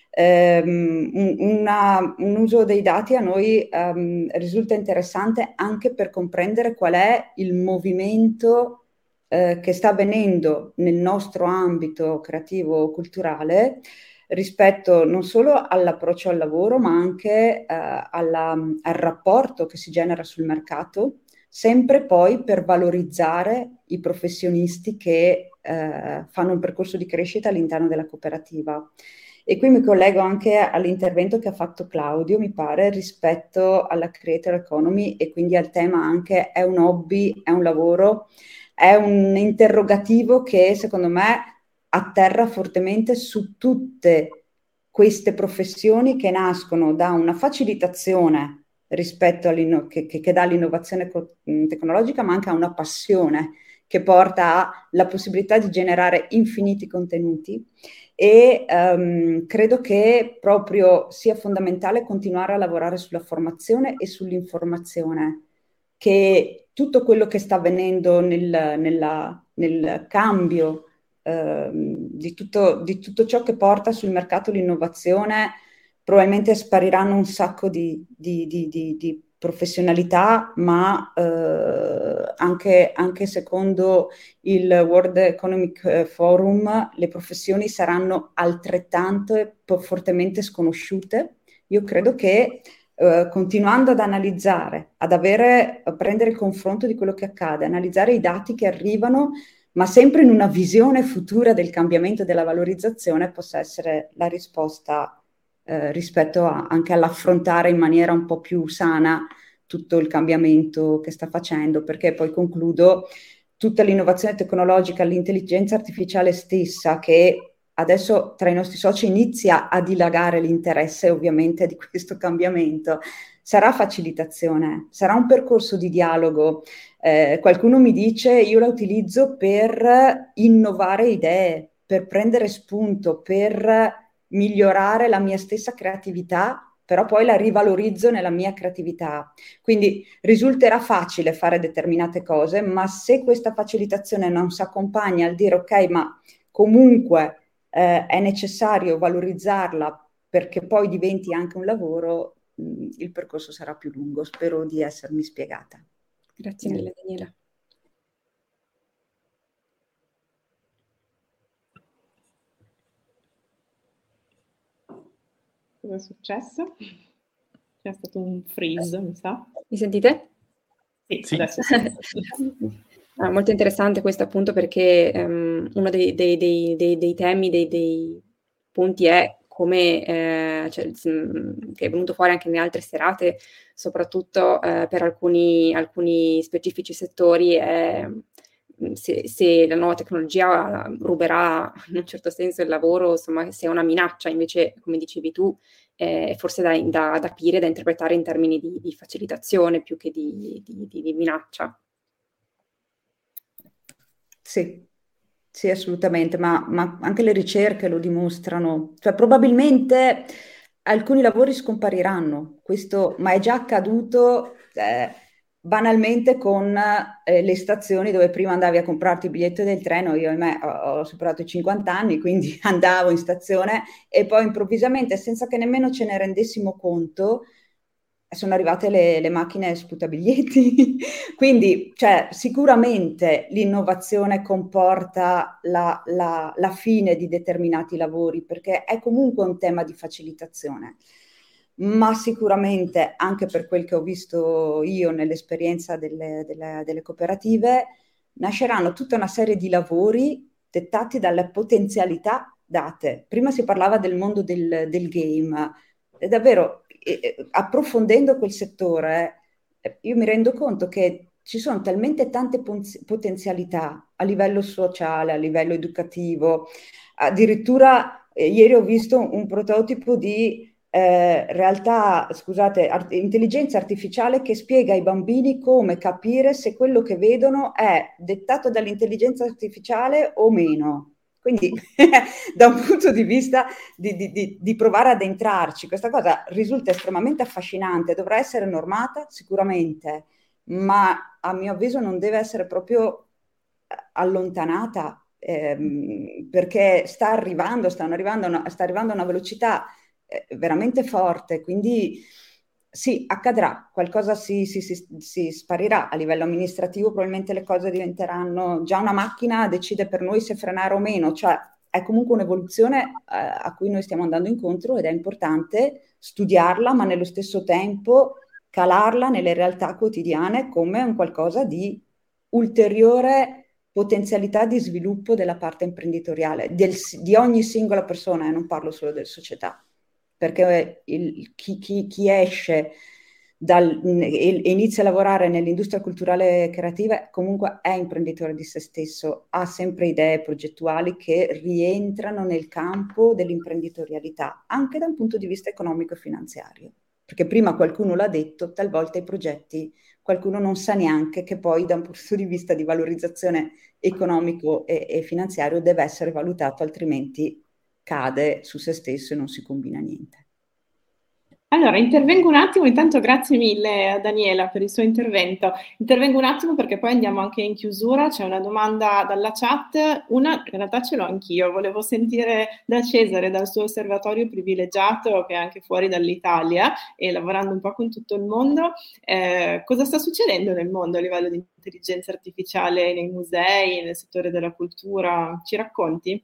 Un uso dei dati a noi risulta interessante anche per comprendere qual è il movimento che sta avvenendo nel nostro ambito creativo-culturale rispetto non solo all'approccio al lavoro, ma anche al rapporto che si genera sul mercato, sempre poi per valorizzare i professionisti che fanno un percorso di crescita all'interno della cooperativa. E qui mi collego anche all'intervento che ha fatto Claudio, mi pare, rispetto alla creator economy, e quindi al tema anche: è un hobby, è un lavoro? È un interrogativo che secondo me atterra fortemente su tutte queste professioni che nascono da una facilitazione rispetto che dà l'innovazione tecnologica, ma anche a una passione che porta alla possibilità di generare infiniti contenuti. E credo che proprio sia fondamentale continuare a lavorare sulla formazione e sull'informazione, che tutto quello che sta avvenendo nel cambio di tutto ciò che porta sul mercato l'innovazione, probabilmente spariranno un sacco di professionalità, ma anche secondo il World Economic Forum le professioni saranno altrettanto e fortemente sconosciute. Io credo che continuando ad analizzare, a prendere il confronto di quello che accade, analizzare i dati che arrivano, ma sempre in una visione futura del cambiamento e della valorizzazione, possa essere la risposta rispetto anche all'affrontare in maniera un po' più sana tutto il cambiamento che sta facendo, perché poi concludo, tutta l'innovazione tecnologica, l'intelligenza artificiale stessa, che adesso tra i nostri soci inizia a dilagare l'interesse ovviamente di questo cambiamento, sarà facilitazione, sarà un percorso di dialogo. Qualcuno mi dice io la utilizzo per innovare idee, per prendere spunto, per migliorare la mia stessa creatività, però poi la rivalorizzo nella mia creatività. Quindi risulterà facile fare determinate cose, ma se questa facilitazione non si accompagna al dire ok, ma comunque è necessario valorizzarla perché poi diventi anche un lavoro, il percorso sarà più lungo. Spero di essermi spiegata. Grazie mille, Daniela. Cosa è successo? C'è stato un freeze, mi sa. Mi sentite? Sì. Adesso sì. Molto interessante questo appunto perché uno dei temi, dei punti è come, che è venuto fuori anche nelle altre serate, soprattutto per alcuni specifici settori, se la nuova tecnologia ruberà in un certo senso il lavoro, insomma, se è una minaccia, invece, come dicevi tu, forse da capire, da interpretare in termini di facilitazione più che di minaccia. Sì, assolutamente, ma anche le ricerche lo dimostrano. Cioè, probabilmente alcuni lavori scompariranno, questo, ma è già accaduto banalmente con le stazioni dove prima andavi a comprarti il biglietto del treno. Io, ahimè, ho superato i 50 anni, quindi andavo in stazione e poi improvvisamente, senza che nemmeno ce ne rendessimo conto, sono arrivate le macchine sputabiglietti. Quindi, cioè, sicuramente l'innovazione comporta la fine di determinati lavori, perché è comunque un tema di facilitazione. Ma sicuramente, anche per quel che ho visto io nell'esperienza delle cooperative, nasceranno tutta una serie di lavori dettati dalle potenzialità date. Prima si parlava del mondo del game, e davvero approfondendo quel settore, io mi rendo conto che ci sono talmente tante potenzialità a livello sociale, a livello educativo. Addirittura ieri ho visto un prototipo di intelligenza artificiale che spiega ai bambini come capire se quello che vedono è dettato dall'intelligenza artificiale o meno. Quindi da un punto di vista di provare ad entrarci, questa cosa risulta estremamente affascinante, dovrà essere normata sicuramente, ma a mio avviso non deve essere proprio allontanata, perché sta arrivando a una velocità veramente forte, quindi sì, accadrà, qualcosa si sparirà a livello amministrativo, probabilmente le cose diventeranno, già una macchina decide per noi se frenare o meno, cioè è comunque un'evoluzione a cui noi stiamo andando incontro ed è importante studiarla, ma nello stesso tempo calarla nelle realtà quotidiane come un qualcosa di ulteriore potenzialità di sviluppo della parte imprenditoriale, di ogni singola persona, e non parlo solo delle società, perché chi esce e inizia a lavorare nell'industria culturale creativa comunque è imprenditore di se stesso, ha sempre idee progettuali che rientrano nel campo dell'imprenditorialità, anche da un punto di vista economico e finanziario. Perché prima qualcuno l'ha detto, talvolta i progetti qualcuno non sa neanche che poi da un punto di vista di valorizzazione economico e finanziario deve essere valutato, altrimenti cade su se stesso e non si combina niente. Allora, intervengo un attimo, intanto grazie mille a Daniela per il suo intervento. Intervengo un attimo perché poi andiamo anche in chiusura, c'è una domanda dalla chat, una in realtà ce l'ho anch'io, volevo sentire da Cesare, dal suo osservatorio privilegiato che è anche fuori dall'Italia e lavorando un po' con tutto il mondo, cosa sta succedendo nel mondo a livello di intelligenza artificiale nei musei, nel settore della cultura, ci racconti?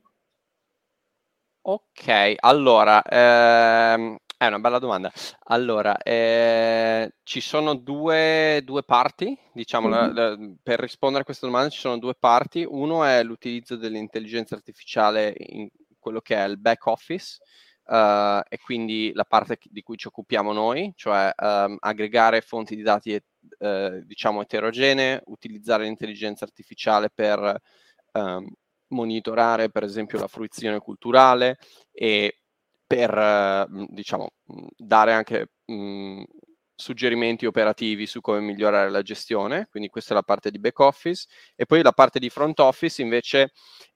Ok, allora, è una bella domanda. Allora, ci sono due parti, diciamo, per rispondere a questa domanda ci sono due parti. Uno è l'utilizzo dell'intelligenza artificiale in quello che è il back office, e quindi la parte di cui ci occupiamo noi, cioè aggregare fonti di dati, diciamo, eterogenee, utilizzare l'intelligenza artificiale per monitorare per esempio la fruizione culturale e per diciamo dare anche suggerimenti operativi su come migliorare la gestione, quindi questa è la parte di back office, e poi la parte di front office invece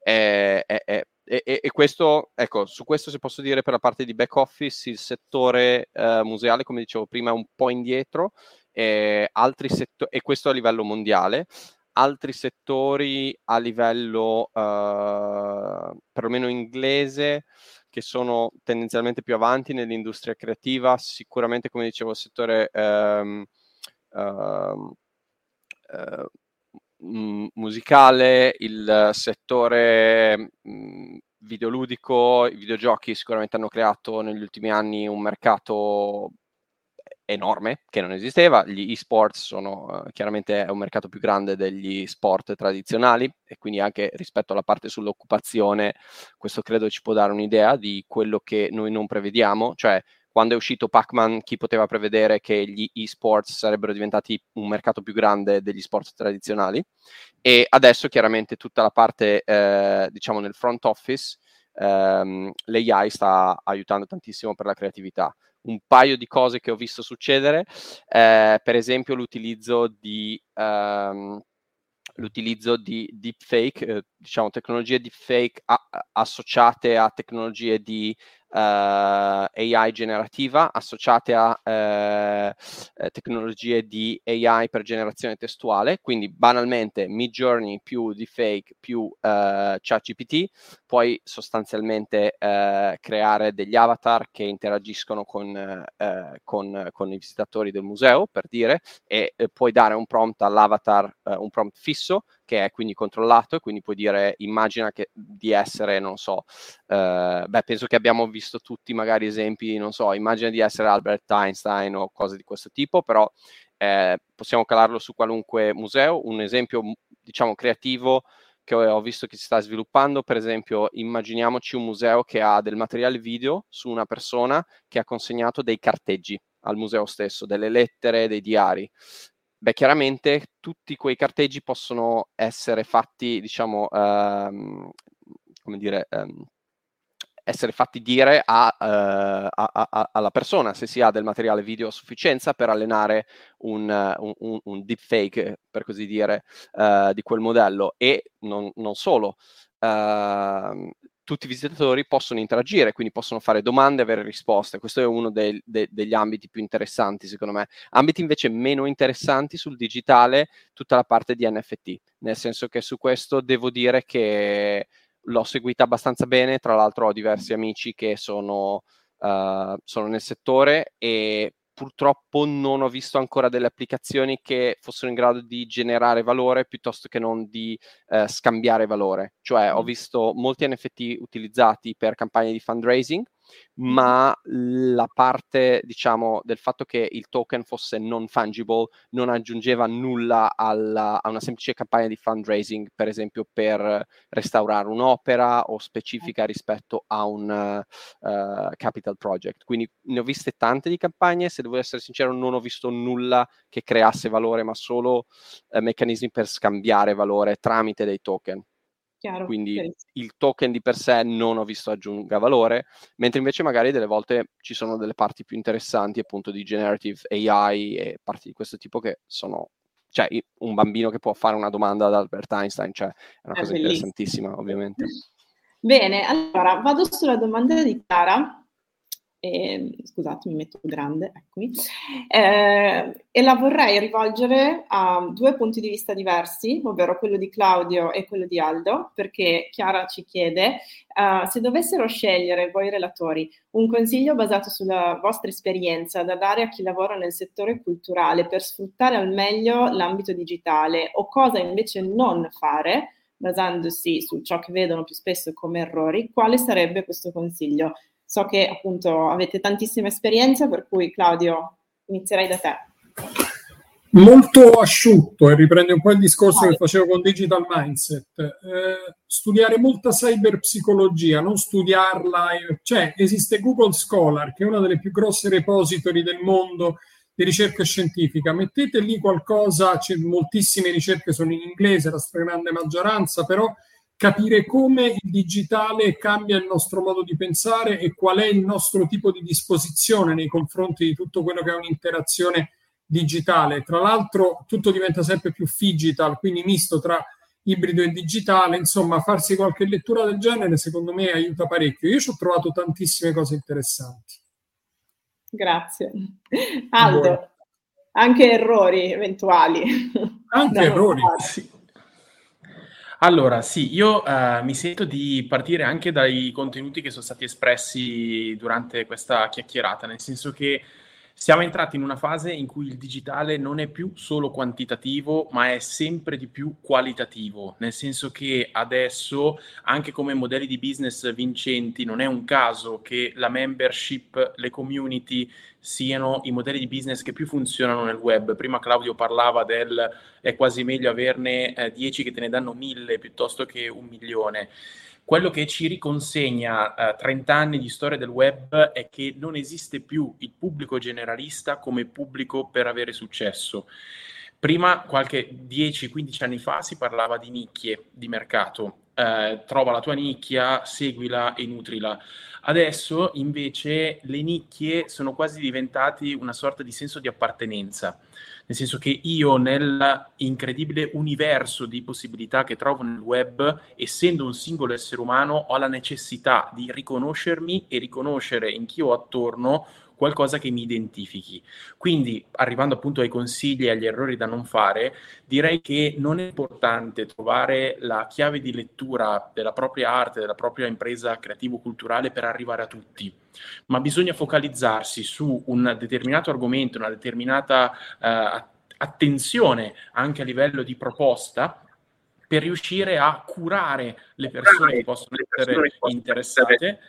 e questo, ecco, su questo se posso dire per la parte di back office il settore museale, come dicevo prima, è un po' indietro, e questo a livello mondiale. Altri settori a livello perlomeno inglese, che sono tendenzialmente più avanti nell'industria creativa, sicuramente, come dicevo, il settore musicale, il settore videoludico, i videogiochi sicuramente hanno creato negli ultimi anni un mercato enorme che non esisteva. Gli e-sports sono chiaramente è un mercato più grande degli sport tradizionali, e quindi anche rispetto alla parte sull'occupazione questo credo ci può dare un'idea di quello che noi non prevediamo. Cioè, quando è uscito Pac-Man, chi poteva prevedere che gli e-sports sarebbero diventati un mercato più grande degli sport tradizionali? E adesso chiaramente tutta la parte diciamo nel front office, l'AI sta aiutando tantissimo per la creatività. Un paio di cose che ho visto succedere, per esempio l'utilizzo di deepfake, diciamo tecnologie deepfake associate a tecnologie di AI generativa, associate a tecnologie di AI per generazione testuale, quindi banalmente Midjourney più deepfake più ChatGPT, puoi sostanzialmente creare degli avatar che interagiscono con i visitatori del museo, per dire, e puoi dare un prompt all'avatar, un prompt fisso, che è quindi controllato, e quindi puoi dire immagina di essere, non so, penso che abbiamo visto tutti magari esempi, non so, immagina di essere Albert Einstein o cose di questo tipo, però possiamo calarlo su qualunque museo. Un esempio, diciamo, creativo che ho visto che si sta sviluppando, per esempio, immaginiamoci un museo che ha del materiale video su una persona che ha consegnato dei carteggi al museo stesso, delle lettere, dei diari. Beh, chiaramente tutti quei carteggi possono essere fatti, diciamo, come dire, essere fatti dire alla persona se si ha del materiale video a sufficienza per allenare un deepfake, per così dire, di quel modello. E non solo. Tutti i visitatori possono interagire, quindi possono fare domande e avere risposte. Questo è uno degli ambiti più interessanti, secondo me. Ambiti invece meno interessanti sul digitale, tutta la parte di NFT, nel senso che su questo devo dire che l'ho seguita abbastanza bene. Tra l'altro ho diversi amici che sono nel settore, e purtroppo non ho visto ancora delle applicazioni che fossero in grado di generare valore piuttosto che non di scambiare valore. Cioè, ho visto molti NFT utilizzati per campagne di fundraising, ma la parte, diciamo, del fatto che il token fosse non fungible non aggiungeva nulla a una semplice campagna di fundraising, per esempio per restaurare un'opera o specifica rispetto a un capital project. Quindi ne ho viste tante di campagne, se devo essere sincero non ho visto nulla che creasse valore, ma solo meccanismi per scambiare valore tramite dei token. Chiaro, quindi chiarissimo. Il token di per sé non ho visto aggiunga valore, mentre invece magari delle volte ci sono delle parti più interessanti, appunto, di generative AI e parti di questo tipo che sono, cioè, un bambino che può fare una domanda ad Albert Einstein, cioè è una cosa interessantissima, ovviamente. Bene, allora vado sulla domanda di Chiara. Scusate, mi metto grande, eccomi, e la vorrei rivolgere a due punti di vista diversi, ovvero quello di Claudio e quello di Aldo, perché Chiara ci chiede se dovessero scegliere voi relatori un consiglio basato sulla vostra esperienza da dare a chi lavora nel settore culturale per sfruttare al meglio l'ambito digitale, o cosa invece non fare basandosi su ciò che vedono più spesso come errori, quale sarebbe questo consiglio? So che appunto avete tantissima esperienza, per cui Claudio inizierei da te. Molto asciutto, e riprende un po' il discorso che facevo con Digital Mindset. Studiare molta cyberpsicologia, non studiarla, cioè esiste Google Scholar, che è una delle più grosse repository del mondo di ricerca scientifica. Mettete lì qualcosa, moltissime ricerche sono in inglese, la stragrande maggioranza, però capire come il digitale cambia il nostro modo di pensare e qual è il nostro tipo di disposizione nei confronti di tutto quello che è un'interazione digitale. Tra l'altro tutto diventa sempre più digital, quindi misto tra ibrido e digitale, insomma farsi qualche lettura del genere secondo me aiuta parecchio. Io ci ho trovato tantissime cose interessanti. Grazie. Aldo, anche errori eventuali. Anche errori. Sì. Allora, sì, io mi sento di partire anche dai contenuti che sono stati espressi durante questa chiacchierata, nel senso che siamo entrati in una fase in cui il digitale non è più solo quantitativo, ma è sempre di più qualitativo, nel senso che adesso, anche come modelli di business vincenti, non è un caso che la membership, le community siano i modelli di business che più funzionano nel web. Prima Claudio parlava del è quasi meglio averne 10 che te ne danno 1000 piuttosto che 1.000.000. Quello che ci riconsegna 30 anni di storia del web è che non esiste più il pubblico generalista come pubblico per avere successo. Prima, qualche 10-15 anni fa, si parlava di nicchie di mercato. Trova la tua nicchia, seguila e nutrila. Adesso, invece, le nicchie sono quasi diventati una sorta di senso di appartenenza. Nel senso che io, nell'incredibile universo di possibilità che trovo nel web, essendo un singolo essere umano, ho la necessità di riconoscermi e riconoscere in chi ho attorno qualcosa che mi identifichi. Quindi, arrivando appunto ai consigli e agli errori da non fare, direi che non è importante trovare la chiave di lettura della propria arte, della propria impresa creativo-culturale per arrivare a tutti, ma bisogna focalizzarsi su un determinato argomento, una determinata attenzione anche a livello di proposta, per riuscire a curare le persone che possono essere interessate.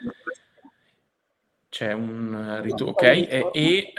C'è un ok, e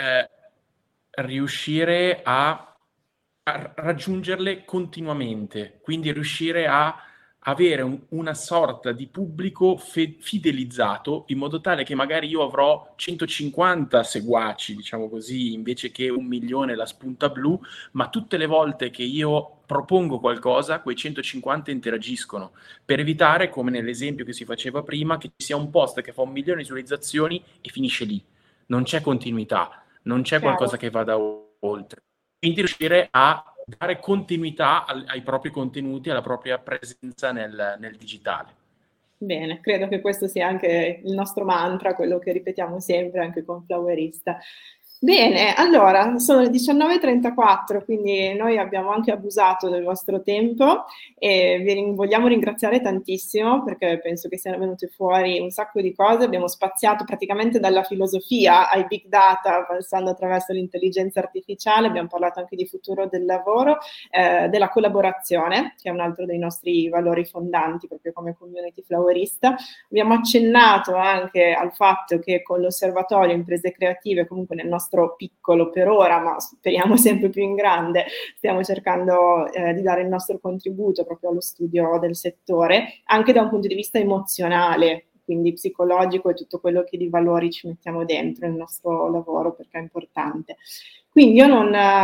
riuscire a raggiungerle continuamente, quindi riuscire a avere una sorta di pubblico fidelizzato, in modo tale che magari io avrò 150 seguaci, diciamo così, invece che 1.000.000 la spunta blu, ma tutte le volte che io propongo qualcosa, quei 150 interagiscono, per evitare, come nell'esempio che si faceva prima, che ci sia un post che fa 1 milione di visualizzazioni e finisce lì. Non c'è continuità, non c'è qualcosa che vada oltre. Quindi riuscire a dare continuità ai propri contenuti, alla propria presenza nel digitale. Bene, credo che questo sia anche il nostro mantra, quello che ripetiamo sempre anche con Flowerista. Bene, allora, sono le 19:34, quindi noi abbiamo anche abusato del vostro tempo e vi vogliamo ringraziare tantissimo, perché penso che siano venute fuori un sacco di cose. Abbiamo spaziato praticamente dalla filosofia ai big data, passando attraverso l'intelligenza artificiale. Abbiamo parlato anche di futuro del lavoro, della collaborazione, che è un altro dei nostri valori fondanti, proprio come community Flowerista. Abbiamo accennato anche al fatto che con l'osservatorio imprese creative, comunque nel nostro piccolo per ora, ma speriamo sempre più in grande, stiamo cercando di dare il nostro contributo proprio allo studio del settore, anche da un punto di vista emozionale, quindi psicologico, e tutto quello che di valori ci mettiamo dentro nel nostro lavoro, perché è importante. Quindi io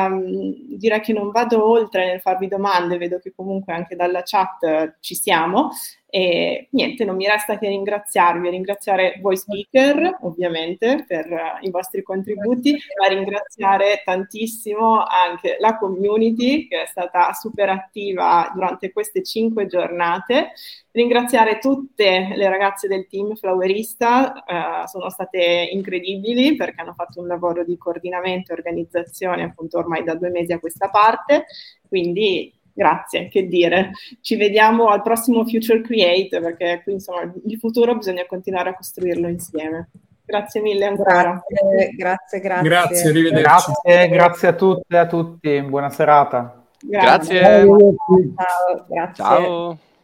direi che non vado oltre nel farvi domande, vedo che comunque anche dalla chat ci siamo, e niente, non mi resta che ringraziare voi speaker ovviamente per i vostri contributi, ma ringraziare tantissimo anche la community che è stata super attiva durante queste 5 giornate, ringraziare tutte le ragazze del team Flowerista, sono state incredibili perché hanno fatto un lavoro di coordinamento e organizzazione appunto ormai da 2 mesi a questa parte, quindi grazie, che dire. Ci vediamo al prossimo Future Create, perché qui insomma il futuro bisogna continuare a costruirlo insieme. Grazie mille ancora. Grazie. Grazie, arrivederci. Grazie a tutte e a tutti, buona serata. Grazie. Ciao. Grazie. Ciao.